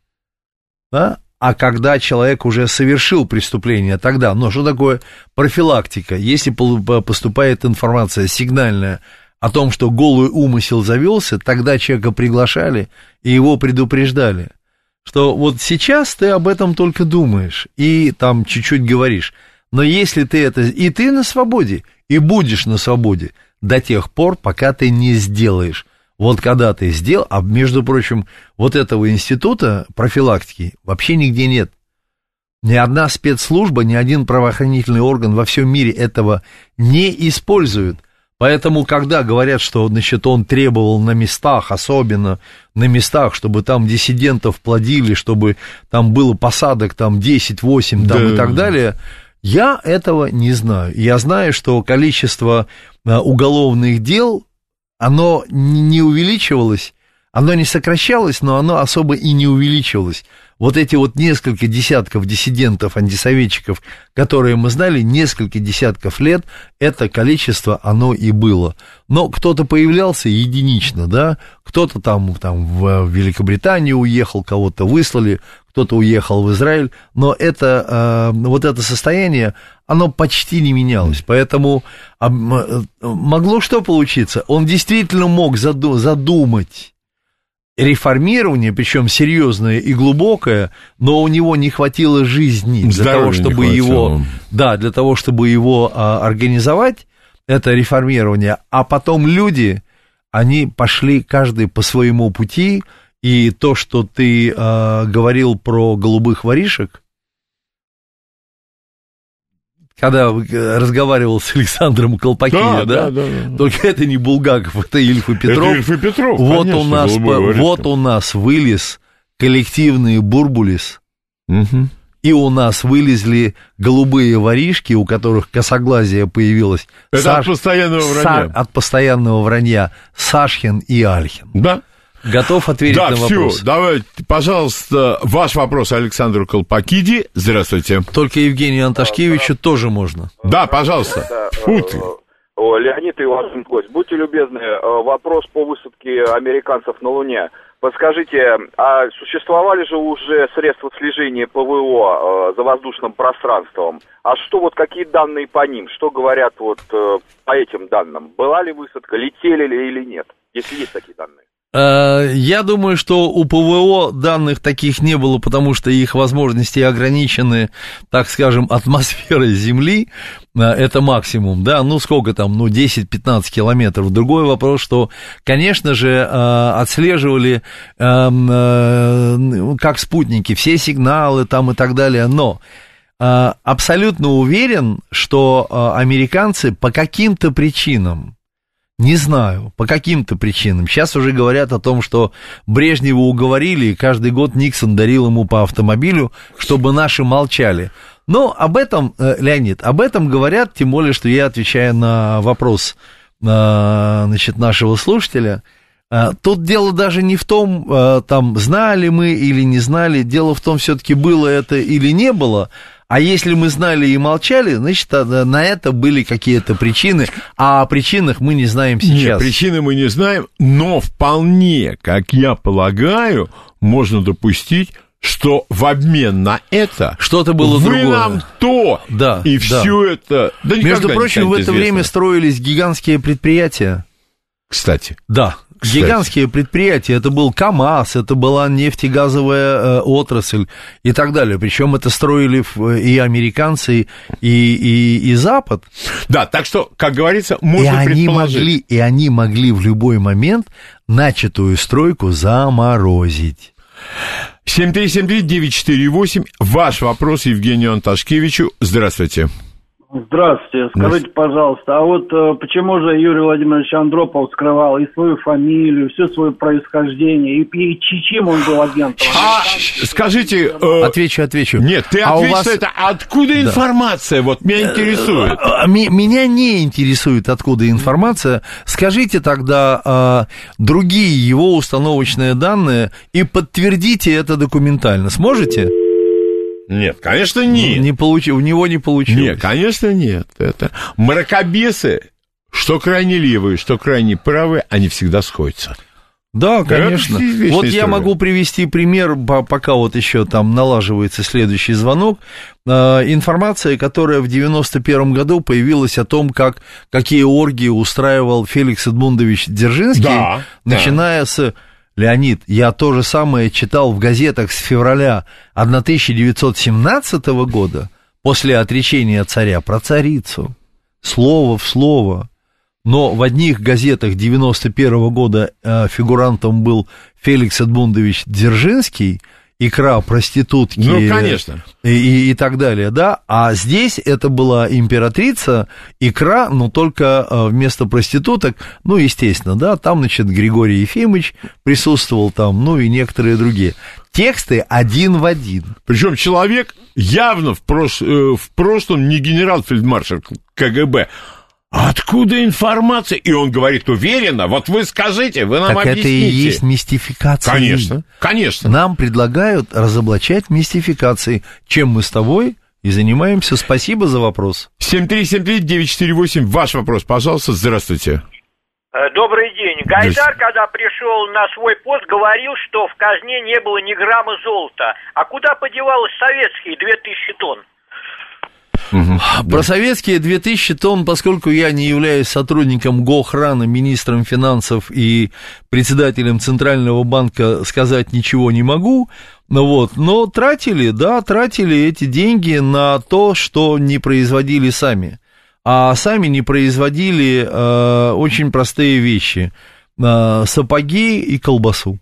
Speaker 4: да? А когда человек уже совершил преступление, тогда, ну, что такое профилактика? Если поступает информация сигнальная о том, что голый умысел завелся, тогда человека приглашали и его предупреждали, что вот сейчас ты об этом только думаешь и там чуть-чуть говоришь, но если ты это... И ты на свободе, и будешь на свободе до тех пор, пока ты не сделаешь. Вот когда ты сделал, а между прочим, вот этого института профилактики вообще нигде нет. Ни одна спецслужба, ни один правоохранительный орган во всем мире этого не использует. Поэтому, когда говорят, что, значит, он требовал на местах, особенно на местах, чтобы там диссидентов плодили, чтобы там было посадок там десять-восемь там, да. и так далее, я этого не знаю. Я знаю, что количество уголовных дел, оно не увеличивалось, оно не сокращалось, но оно особо и не увеличивалось. Вот эти вот несколько десятков диссидентов, антисоветчиков, которые мы знали, несколько десятков лет, это количество, оно и было. Но кто-то появлялся единично, да, кто-то там, там в Великобританию уехал, кого-то выслали, кто-то уехал в Израиль, но это, э, вот это состояние, оно почти не менялось, поэтому э, могло что получиться? Он действительно мог заду- задумать реформирование, причем серьезное и глубокое, но у него не хватило жизни для Здоровья того, чтобы его, да, для того, чтобы его а, организовать, это реформирование, а потом люди, они пошли каждый по своему пути, и то, что ты а, говорил про голубых воришек, когда разговаривал с Александром Колпакиным, да, да? Да, да, да, только это не Булгаков, это Ильф и Петров.
Speaker 3: Это Ильф и Петров,
Speaker 4: вот,
Speaker 3: конечно,
Speaker 4: у нас, вот у нас вылез коллективный бурбулис, угу. и у нас вылезли голубые воришки, у которых косоглазие появилось.
Speaker 3: Это Саш... от постоянного вранья.
Speaker 4: Са... От постоянного вранья. Сашхин и Альхин.
Speaker 3: Да.
Speaker 4: Готов ответить
Speaker 3: да,
Speaker 4: на вопрос.
Speaker 3: Да, все, давайте, пожалуйста, ваш вопрос Александру Колпакиди. Здравствуйте.
Speaker 4: Только Евгению Анташкевичу да, тоже можно.
Speaker 3: Да, пожалуйста. Да, Фу ты.
Speaker 5: Леонид Иванович, будьте любезны, вопрос по высадке американцев на Луне. Подскажите, а существовали же уже средства слежения ПВО э, за воздушным пространством? А что вот, какие данные по ним? Что говорят вот э, по этим данным? Была ли высадка, летели ли или нет? Если есть такие данные.
Speaker 4: Я думаю, что у ПВО данных таких не было, потому что их возможности ограничены, так скажем, атмосферой Земли, это максимум, да, ну сколько там, ну десять-пятнадцать километров. Другой вопрос, что, конечно же, отслеживали как спутники все сигналы там и так далее, но абсолютно уверен, что американцы по каким-то причинам, не знаю, по каким-то причинам. Сейчас уже говорят о том, что Брежнева уговорили, и каждый год Никсон дарил ему по автомобилю, чтобы наши молчали. Но об этом, Леонид, об этом говорят, тем более, что я отвечаю на вопрос, значит, нашего слушателя. Тут дело даже не в том, там, знали мы или не знали, дело в том, все-таки было это или не было. А если мы знали и молчали, значит, на это были какие-то причины, а о причинах мы не знаем сейчас.
Speaker 3: Нет, причины мы не знаем, но вполне, как я полагаю, можно допустить, что в обмен на это
Speaker 4: что-то было
Speaker 3: вы
Speaker 4: другое.
Speaker 3: нам то,
Speaker 4: да,
Speaker 3: и
Speaker 4: да.
Speaker 3: все это... Да
Speaker 4: Между прочим, в это
Speaker 3: известно.
Speaker 4: время строились гигантские предприятия.
Speaker 3: Кстати.
Speaker 4: Да.
Speaker 3: Кстати.
Speaker 4: Гигантские предприятия, это был КАМАЗ, это была нефтегазовая э, отрасль и так далее. Причем это строили и американцы, и, и, и Запад.
Speaker 3: Да, так что, как говорится, можно
Speaker 4: и
Speaker 3: предположить.
Speaker 4: Они могли, и они могли в любой момент начатую стройку заморозить.
Speaker 3: семь три семь три девять четыре восемь. Ваш вопрос Евгению Анташкевичу. Здравствуйте.
Speaker 6: Здравствуйте. Скажите, пожалуйста, а вот э, почему же Юрий Владимирович Андропов скрывал и свою фамилию, все свое происхождение, и, и чьим он был агентом?
Speaker 3: А, скажите... Э,
Speaker 4: отвечу, отвечу.
Speaker 3: Нет, ты
Speaker 4: а
Speaker 3: ответь,
Speaker 4: у вас...
Speaker 3: что это. Откуда да. информация? Вот меня интересует.
Speaker 4: Меня не интересует, откуда информация. Скажите тогда э, другие его установочные данные и подтвердите это документально. Сможете?
Speaker 3: Нет, конечно, нет.
Speaker 4: Не получи, у него не получилось.
Speaker 3: Нет, конечно, нет. Это мракобесы, что крайне левые, что крайне правые, они всегда сходятся.
Speaker 4: Да, конечно. Вот
Speaker 3: история.
Speaker 4: Я могу привести пример, пока вот еще там налаживается следующий звонок. Информация, которая в девяносто первом году появилась о том, как, какие оргии устраивал Феликс Эдмундович Дзержинский,
Speaker 3: да,
Speaker 4: начиная да. с... Леонид, я то же самое читал в газетах с февраля тысяча девятьсот семнадцатого года, после отречения царя, про царицу. Слово в слово. Но в одних газетах девяносто первого года э, фигурантом был Феликс Эдмундович Дзержинский, икра проститутки,
Speaker 3: ну, конечно.
Speaker 4: И, и, и так далее, да, а здесь это была императрица, икра, но только вместо проституток, ну, естественно, да, там, значит, Григорий Ефимович присутствовал там, ну, и некоторые другие. Тексты один в один.
Speaker 3: Причем человек явно в, прош... в прошлом не генерал-фельдмаршал КГБ. Откуда информация? И он говорит уверенно, вот вы скажите, вы нам
Speaker 4: так
Speaker 3: объясните.
Speaker 4: Это и есть мистификация.
Speaker 3: Конечно, конечно.
Speaker 4: Нам предлагают разоблачать мистификации, чем мы с тобой и занимаемся. Спасибо за вопрос.
Speaker 3: семь три семь три девять четыре восемь, ваш вопрос, пожалуйста, здравствуйте.
Speaker 7: Добрый день. Гайдар, когда пришел на свой пост, говорил, что в казне не было ни грамма золота. А куда подевалось советские две тысячи тонн?
Speaker 4: Угу. Про советские две тысячи тонн, поскольку я не являюсь сотрудником Гохрана, министром финансов и председателем Центрального банка, сказать ничего не могу. Вот. Но тратили, да, тратили эти деньги на то, что не производили сами. А сами не производили э, очень простые вещи. Э, сапоги и колбасу.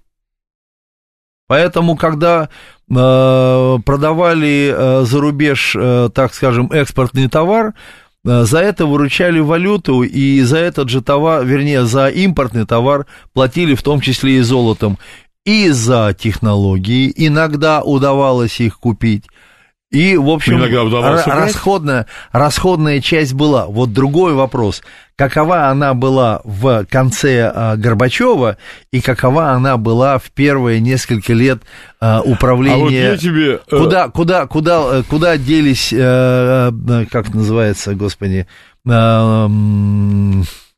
Speaker 4: Поэтому, когда э, продавали э, за рубеж, э, так скажем, экспортный товар, э, за это выручали валюту, и за этот же товар, вернее, за импортный товар платили в том числе и золотом. И за технологии иногда удавалось их купить. И, в общем, р- расходная, расходная часть была. Вот другой вопрос. Какова она была в конце а, Горбачева и какова она была в первые несколько лет а, управления... А вот
Speaker 3: я тебе...
Speaker 4: Куда, куда, куда, куда делись, а, как называется, господи... А,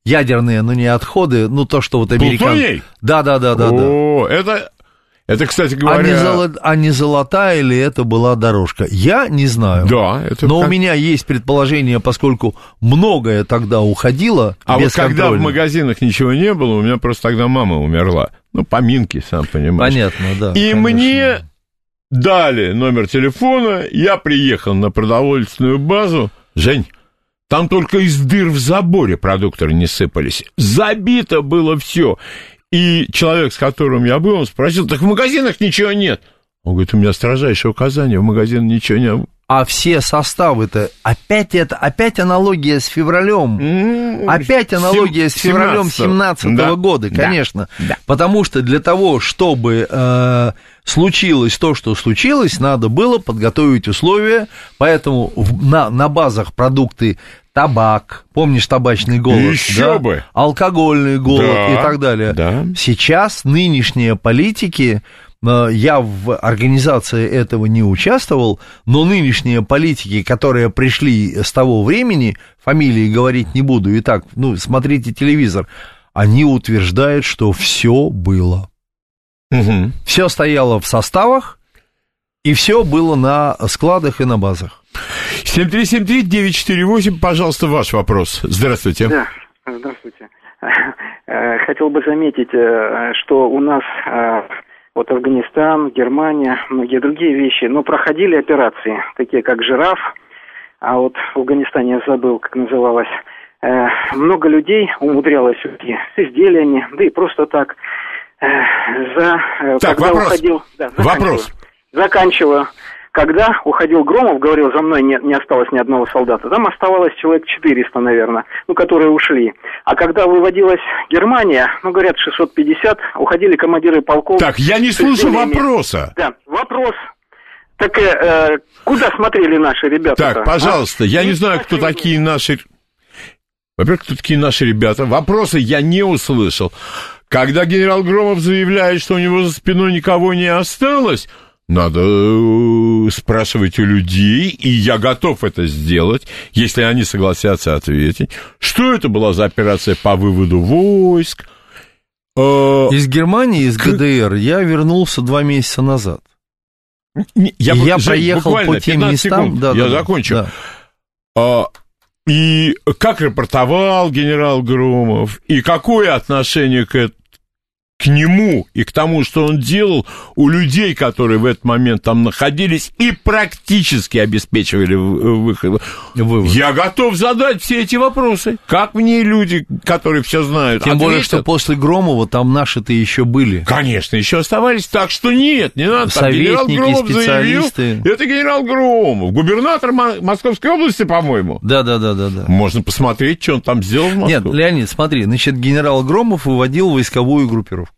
Speaker 4: ядерные, ну не отходы, ну то, что вот американцы... Да, да, да, да.
Speaker 3: О, да. это... Это, кстати говоря...
Speaker 4: А не, золо... а не золотая ли это была дорожка? Я не знаю.
Speaker 3: Да, это
Speaker 4: но
Speaker 3: как...
Speaker 4: у меня есть предположение, поскольку многое тогда уходило
Speaker 3: а вот когда в магазинах ничего не было, у меня просто тогда мама умерла. Ну, поминки, сам понимаешь.
Speaker 4: Понятно, да.
Speaker 3: И конечно. Мне дали номер телефона, я приехал на продовольственную базу. Жень, там только из дыр в заборе продукты не сыпались. Забито было все. И человек, с которым я был, он спросил, так в магазинах ничего нет. Он говорит, у меня строжайшее указание, в магазинах ничего нет.
Speaker 4: А все составы-то, опять это, опять аналогия с февралем, mm-hmm. опять аналогия с февралем семнадцатого да. года, конечно. Да. Да. Потому что для того, чтобы э, случилось то, что случилось, надо было подготовить условия, поэтому в, на, на базах продукты табак, помнишь табачный голод,
Speaker 3: еще
Speaker 4: да?
Speaker 3: бы.
Speaker 4: Алкогольный голод да, и так далее.
Speaker 3: Да.
Speaker 4: Сейчас нынешние политики, я в организации этого не участвовал, но нынешние политики, которые пришли с того времени, фамилии говорить не буду, итак, ну, смотрите телевизор, они утверждают, что все было.
Speaker 3: Угу.
Speaker 4: Все стояло в составах, и все было на складах и на базах.
Speaker 3: семь три семь три девять четыре восемь, пожалуйста, ваш вопрос. Здравствуйте.
Speaker 8: Да, здравствуйте. Хотел бы заметить, что у нас вот Афганистан, Германия, многие другие вещи, но проходили операции, такие как «Жираф», а вот в Афганистане я забыл, как называлось. Много людей умудрялось уйти с изделиями, да и просто так. За,
Speaker 3: так,
Speaker 8: когда
Speaker 3: вопрос.
Speaker 8: Уходил, да,
Speaker 3: вопрос.
Speaker 8: Заканчиваю. Когда уходил Громов, говорил, за мной не, не осталось ни одного солдата. Там оставалось человек четыреста, наверное, ну, которые ушли. А когда выводилась Германия, ну, говорят, шестьсот пятьдесят, уходили командиры полков.
Speaker 3: Так, я не слышу вопроса.
Speaker 8: Да, вопрос. Так э, куда смотрели наши ребята?
Speaker 3: Так, пожалуйста, а? я не, не знаю, кто такие наши... Во-первых, кто такие наши ребята. Вопросы я не услышал. Когда генерал Громов заявляет, что у него за спиной никого не осталось... Надо спрашивать у людей, и я готов это сделать, если они согласятся ответить. Что это была за операция по выводу войск?
Speaker 4: Из Германии, из ГДР я вернулся два месяца назад.
Speaker 3: Я,
Speaker 4: я проехал по тем местам.
Speaker 3: Да, я да, закончу. Да. А, и как рапортовал генерал Громов, и какое отношение к этому? К нему и к тому, что он делал у людей, которые в этот момент там находились и практически обеспечивали выход. Вывод. Я готов задать все эти вопросы. Как мне люди, которые все знают,
Speaker 4: Тем ответят? Более, что после Громова там наши-то еще были.
Speaker 3: Конечно, еще оставались. Так что нет, не надо.
Speaker 4: Советники,
Speaker 3: там генерал Громов
Speaker 4: специалисты.
Speaker 3: Заявил, это генерал Громов, губернатор Московской области, по-моему.
Speaker 4: Да, да, да, да, да.
Speaker 3: Можно посмотреть, что он там сделал в Москве.
Speaker 4: Нет, Леонид, смотри, значит, генерал Громов выводил войсковую группировку.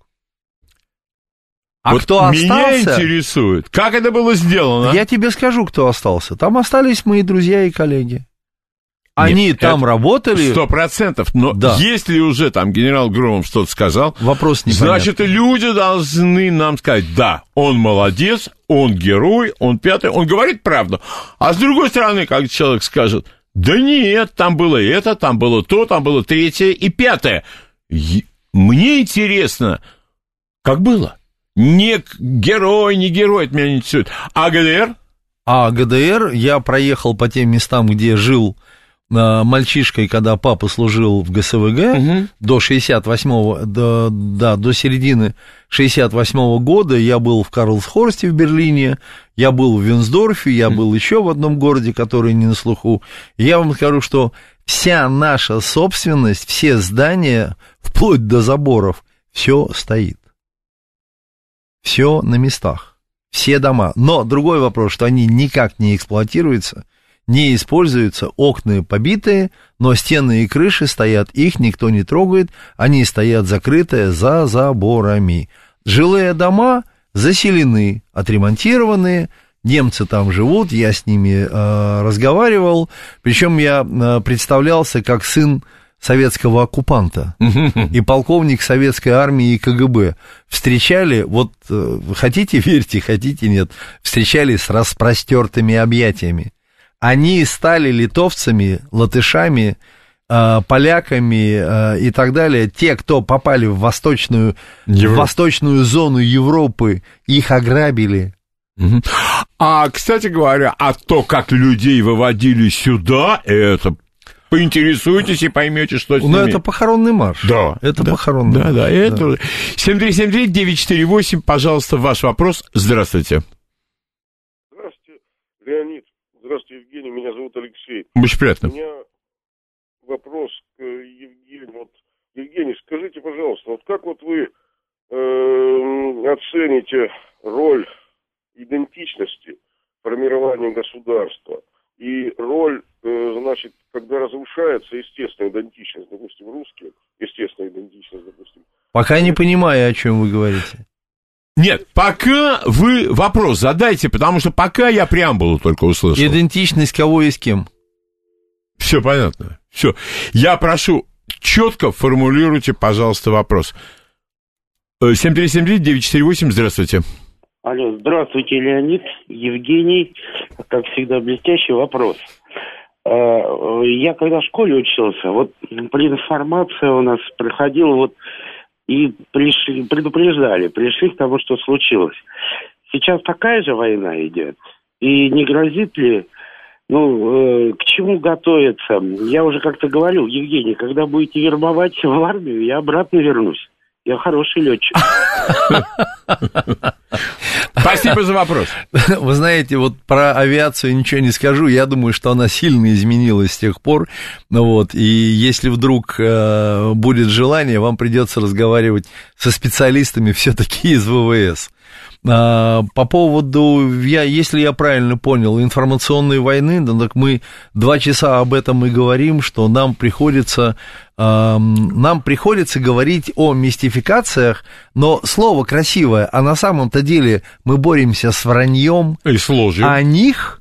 Speaker 4: А
Speaker 3: вот
Speaker 4: кто остался?
Speaker 3: Меня интересует, как это было сделано.
Speaker 4: Я тебе скажу, кто остался. Там остались мои друзья и коллеги. Они Нет, там работали.
Speaker 3: Сто процентов. Но да. Если уже там генерал Громов что-то сказал,
Speaker 4: вопрос непонятный.
Speaker 3: Значит, люди должны нам сказать, да, он молодец, он герой, он пятый, он говорит правду. А с другой стороны, как человек скажет, да нет, там было это, там было то, там было третье и пятое. Мне интересно, как было. Не герой, не герой, это меня не интересует. А ГДР?
Speaker 4: А ГДР я проехал по тем местам, где жил э, мальчишкой, когда папа служил в ГСВГ, угу. до шестьдесят восьмого, до, да, до середины шестьдесят восьмого года я был в Карлсхорсте в Берлине, я был в Вюнсдорфе, я был еще в одном городе, который не на слуху. Я вам скажу, что вся наша собственность, все здания, вплоть до заборов, все стоит. Все на местах, все дома. Но другой вопрос, что они никак не эксплуатируются, не используются, окна побитые, но стены и крыши стоят, их никто не трогает, они стоят закрытые за заборами. Жилые дома заселены, отремонтированные, немцы там живут, я с ними э, разговаривал, причем я э, представлялся как сын советского оккупанта и полковник советской армии и КГБ. Встречали, вот хотите верьте, хотите нет, встречали с распростертыми объятиями. Они стали литовцами, латышами, поляками и так далее, те, кто попали в восточную, в восточную зону Европы, их ограбили.
Speaker 3: Угу. А, кстати говоря, а то, как людей выводили сюда, это... Поинтересуйтесь и поймете, что с ними.
Speaker 4: Ну, это похоронный марш.
Speaker 3: Да.
Speaker 4: Это
Speaker 3: да,
Speaker 4: похоронный
Speaker 3: да,
Speaker 4: марш.
Speaker 3: Да, да, это...
Speaker 4: Да.
Speaker 3: семь три семь три девять четыре восемь, пожалуйста, ваш вопрос. Здравствуйте.
Speaker 9: Здравствуйте, Леонид. Здравствуйте, Евгений. Меня зовут Алексей.
Speaker 3: Очень приятно.
Speaker 9: У меня вопрос к Евгению. Вот, Евгений, скажите, пожалуйста, вот как вот вы э, оцените роль идентичности формирования государства и роль, э, значит, когда разрушается естественная идентичность, допустим, русские, естественная идентичность, допустим.
Speaker 4: Пока не понимаю, о чем вы говорите.
Speaker 3: Нет, пока вы вопрос задайте, потому что пока я преамбулу только услышал.
Speaker 4: Идентичность кого и с кем?
Speaker 3: Все понятно. Все. Я прошу, четко формулируйте, пожалуйста, вопрос. семь три семь три девять четыре восемь, здравствуйте.
Speaker 10: Алло, здравствуйте, Леонид, Евгений. Как всегда, блестящий вопрос. Я когда в школе учился, вот прединформация у нас проходила, вот и пришли, предупреждали, пришли к тому, что случилось. Сейчас такая же война идет, и не грозит ли, ну, э, к чему готовиться? Я уже как-то говорил, Евгений, когда будете вербовать в армию, я обратно вернусь. Я хороший летчик.
Speaker 3: Спасибо за вопрос.
Speaker 4: Вы знаете, вот про авиацию ничего не скажу. Я думаю, что она сильно изменилась с тех пор. Вот, и если вдруг э, будет желание, вам придется разговаривать со специалистами все-таки из ВВС. А, по поводу, я, если я правильно понял, информационной войны, да, так мы два часа об этом и говорим, что нам приходится, а, нам приходится говорить о мистификациях, но слово красивое, а на самом-то деле мы боремся с враньем
Speaker 3: и с ложью.
Speaker 4: О них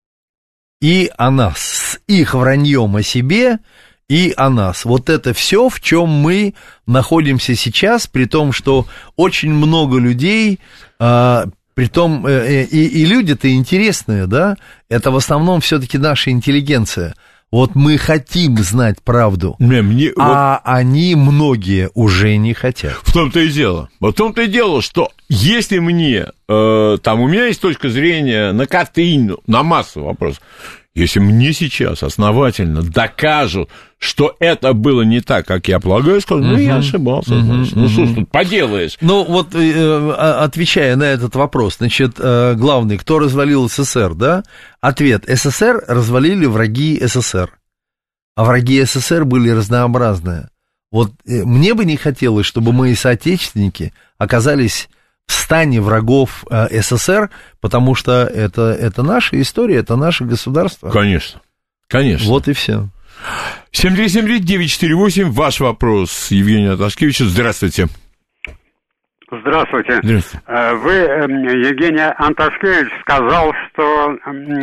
Speaker 4: и о нас, с их враньем о себе и о нас. Вот это все, в чем мы находимся сейчас, при том, что очень много людей, а, при том, и, и люди-то интересные, да, это в основном все-таки наша интеллигенция. Вот мы хотим знать правду,
Speaker 3: не, мне,
Speaker 4: а вот... они многие уже не хотят.
Speaker 3: В том-то и дело. В том-то и дело, что если мне, э, там, у меня есть точка зрения на картину, на массу вопросов, если мне сейчас основательно докажут, что это было не так, как я полагаю, скажу, ну, uh-huh. я ошибался, uh-huh. значит, ну, что ж тут поделаешь?
Speaker 4: Ну, вот, э, отвечая на этот вопрос, значит, э, главный, кто развалил СССР, да? Ответ, СССР развалили враги СССР, а враги СССР были разнообразные. Вот э, мне бы не хотелось, чтобы мои соотечественники оказались в стане врагов э, СССР, потому что это, это наша история, это наше государство.
Speaker 3: Конечно, конечно.
Speaker 4: Вот и все.
Speaker 3: семь три семь три девять четыре восемь, ваш вопрос, Евгений Аташкевич, здравствуйте.
Speaker 11: Здравствуйте.
Speaker 3: Здравствуйте.
Speaker 11: Вы, Евгений Анташкевич, сказал, что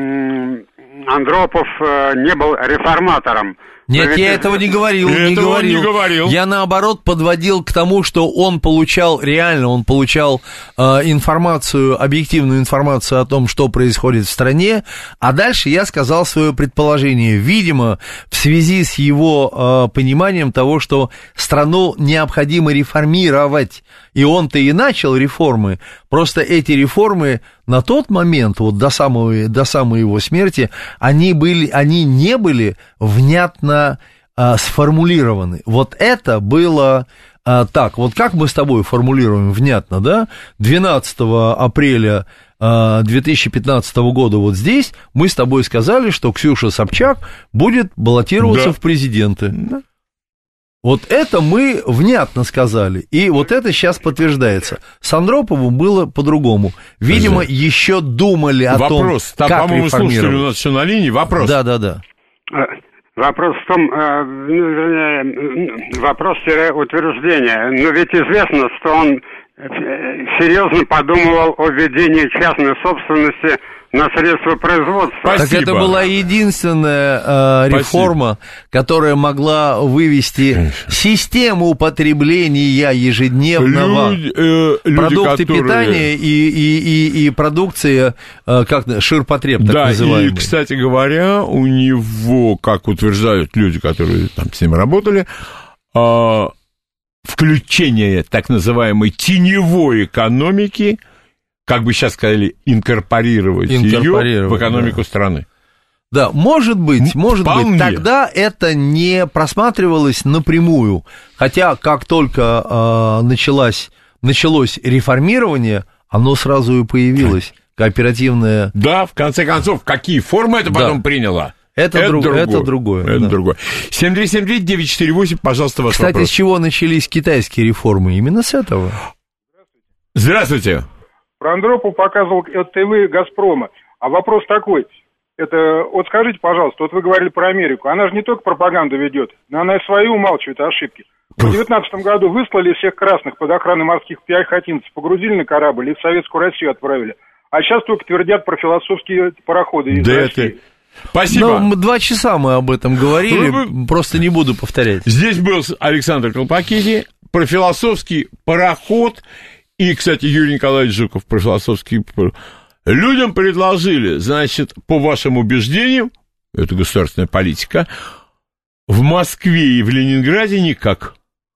Speaker 11: Андропов не был реформатором.
Speaker 4: Нет, ведь... я этого не говорил,
Speaker 3: не говорил.
Speaker 4: не говорил. Я, наоборот, подводил к тому, что он получал, реально, он получал э, информацию, объективную информацию о том, что происходит в стране, а дальше я сказал свое предположение. Видимо, в связи с его э, пониманием того, что страну необходимо реформировать, и он-то и начал реформы, просто эти реформы на тот момент, вот до самой, до самой его смерти, они, были, они не были внятно а, сформулированы. Вот это было а, так, вот как мы с тобой формулируем внятно, да, двенадцатого апреля две тысячи пятнадцатого года вот здесь мы с тобой сказали, что Ксюша Собчак будет баллотироваться да. в президенты. Да. Вот это мы внятно сказали, и вот это сейчас подтверждается. С Андроповым было по-другому. Видимо, Подожди. еще думали о
Speaker 3: Вопрос.
Speaker 4: том,
Speaker 3: Вопрос.
Speaker 4: Там,
Speaker 3: как по-моему, слушатели у нас еще на линии. Вопрос.
Speaker 4: Да-да-да.
Speaker 11: Вопрос в том, э, вопрос-утверждение. Но ведь известно, что он серьезно подумывал о введении частной собственности на средства производства.
Speaker 4: Спасибо. Так это была единственная э, реформа, которая могла вывести Конечно. систему употребления ежедневного Люди, э, люди, продукты которые... питания и, и, и, и продукция, э, как ширпотреб, так
Speaker 3: да,
Speaker 4: называемый.
Speaker 3: И, кстати говоря, у него, как утверждают люди, которые там с ним работали, э, включение так называемой теневой экономики, как бы сейчас сказали, инкорпорировать, инкорпорировать ее в экономику да. страны.
Speaker 4: Да, может быть, может Вполне. быть, тогда это не просматривалось напрямую, хотя как только э, началось, началось реформирование, оно сразу и появилось, кооперативное...
Speaker 3: Да, в конце концов, какие формы это потом да. приняло?
Speaker 4: Это, это, друг, другое. это другое.
Speaker 3: Это
Speaker 4: да.
Speaker 3: другое. семь три семь три девять четыре восемь, пожалуйста, ваш
Speaker 4: Кстати,
Speaker 3: вопрос.
Speaker 4: с чего начались китайские реформы? Именно с этого.
Speaker 3: Здравствуйте.
Speaker 12: Про Андропов показывал ТВ «Газпрома». А вопрос такой. Это, вот скажите, пожалуйста, вот вы говорили про Америку. Она же не только пропаганду ведет, но она и свои умалчивает ошибки. В девятнадцатом году выслали всех красных под охраной морских пехотинцев, погрузили на корабль и в Советскую Россию отправили. А сейчас только твердят про философские пароходы из
Speaker 3: да
Speaker 12: России.
Speaker 3: Это... Спасибо.
Speaker 4: Ну, два часа мы об этом говорили, вы... просто не буду повторять.
Speaker 3: Здесь был Александр Колпакиди про философский пароход. И, кстати, Юрий Николаевич Жуков про философский... Людям предложили, значит, по вашим убеждениям, это государственная политика, в Москве и в Ленинграде никак.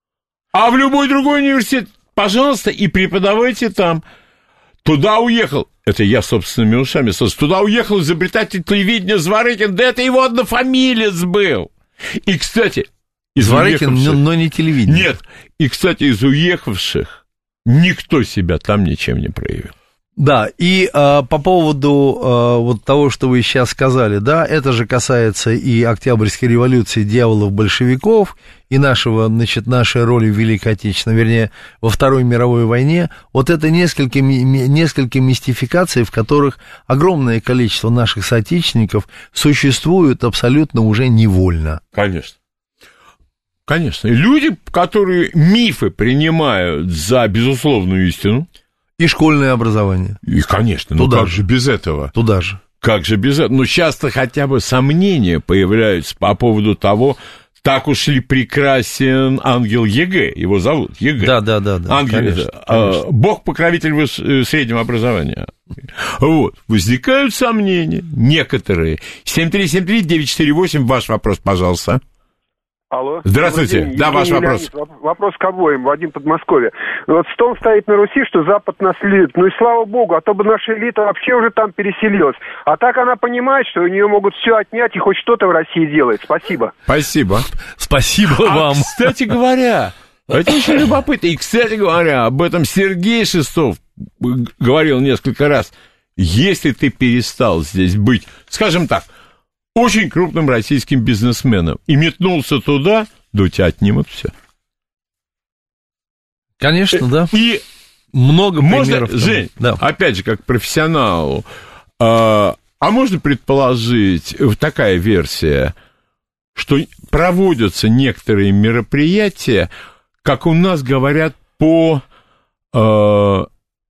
Speaker 3: А в любой другой университет, пожалуйста, и преподавайте там. Туда уехал, это я собственными ушами, туда уехал изобретатель телевидения Зворыкин, да это его однофамилец был. И, кстати, из
Speaker 4: Зворыкин, уехавших... но не телевидение.
Speaker 3: Нет, и, кстати, из уехавших никто себя там ничем не проявил.
Speaker 4: Да, и э, по поводу э, вот того, что вы сейчас сказали, да, это же касается и Октябрьской революции, дьяволов-большевиков, и нашего, значит, нашей роли в Великой Отечественной, вернее, во Второй мировой войне. Вот это несколько, несколько мистификаций, в которых огромное количество наших соотечественников существуют абсолютно уже невольно.
Speaker 3: Конечно. Конечно. И люди, которые мифы принимают за безусловную истину.
Speaker 4: И школьное образование.
Speaker 3: И, конечно, ну как же без этого?
Speaker 4: Туда же.
Speaker 3: Как же без этого? Ну, часто хотя бы сомнения появляются по поводу того, так уж ли прекрасен ангел ЕГЭ, его зовут ЕГЭ.
Speaker 4: Да, да, да, да.
Speaker 3: Ангел, конечно, конечно. Бог-покровитель выс... среднего образования. Вот, возникают сомнения, некоторые. семь три семь три девять четыре восемь, ваш вопрос, пожалуйста.
Speaker 13: Алло.
Speaker 3: Здравствуйте.
Speaker 13: День,
Speaker 3: да,
Speaker 13: Евгений
Speaker 3: ваш вопрос.
Speaker 13: Леонид. Вопрос к обоим. Вадим, Подмосковье. Вот стол стоит на Руси, что Запад нас любит. Ну и слава богу, а то бы наша элита вообще уже там переселилась. А так она понимает, что у нее могут все отнять и хоть что-то в России делать. Спасибо.
Speaker 3: Спасибо.
Speaker 4: Спасибо
Speaker 3: а,
Speaker 4: вам.
Speaker 3: Кстати говоря, это очень любопытно. И, кстати говоря, об этом Сергей Шестов говорил несколько раз. Если ты перестал здесь быть, скажем так, очень крупным российским бизнесменом и метнулся туда, да у тебя отнимут все.
Speaker 4: Конечно, да.
Speaker 3: И
Speaker 4: много примеров.
Speaker 3: Можно, Жень, да. Опять же, как профессионалу, а, а можно предположить, такая версия, что проводятся некоторые мероприятия, как у нас говорят, по... А,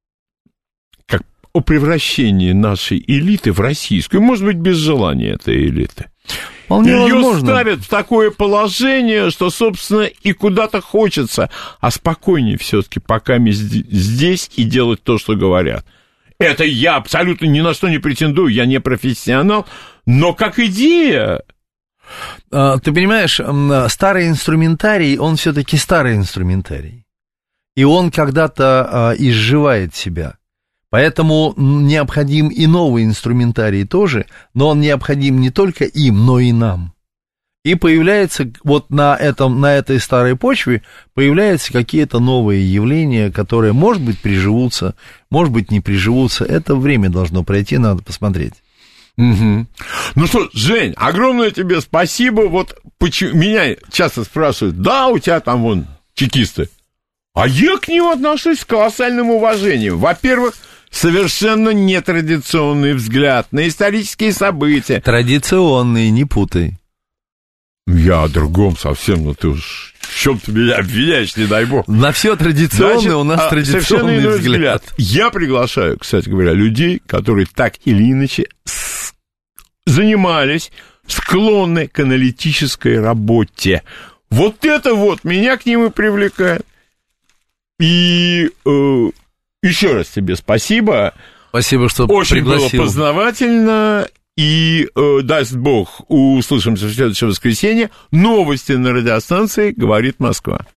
Speaker 3: о превращении нашей элиты в российскую, может быть, без желания этой элиты.
Speaker 4: Вполне
Speaker 3: Ее
Speaker 4: возможно.
Speaker 3: ставят в такое положение, что, собственно, и куда-то хочется, а спокойнее все-таки пока здесь и делать то, что говорят. Это я абсолютно ни на что не претендую, я не профессионал, но как идея...
Speaker 4: Ты понимаешь, старый инструментарий, он все-таки старый инструментарий. И он когда-то изживает себя. Поэтому необходим и новый инструментарий тоже, но он необходим не только им, но и нам. И появляется вот на, этом, на этой старой почве появляются какие-то новые явления, которые, может быть, приживутся, может быть, не приживутся. Это время должно пройти, надо посмотреть.
Speaker 3: Угу. Ну что, Жень, огромное тебе спасибо. Вот почему, меня часто спрашивают, да, у тебя там вон чекисты. А я к ним отношусь с колоссальным уважением. Во-первых, совершенно нетрадиционный взгляд на исторические события.
Speaker 4: Традиционный, не путай.
Speaker 3: Я о другом совсем, ну ты уж чем ты меня обвиняешь, не дай бог.
Speaker 4: На все традиционное. Значит, у нас традиционный взгляд. взгляд.
Speaker 3: Я приглашаю, кстати говоря, людей, которые так или иначе занимались, склонны к аналитической работе. Вот это вот меня к ним и привлекает. И э, еще раз тебе спасибо.
Speaker 4: Спасибо, что
Speaker 3: Очень
Speaker 4: пригласил.
Speaker 3: Очень было познавательно. И, э, даст Бог, услышимся в следующее воскресенье. Новости на радиостанции «Говорит Москва».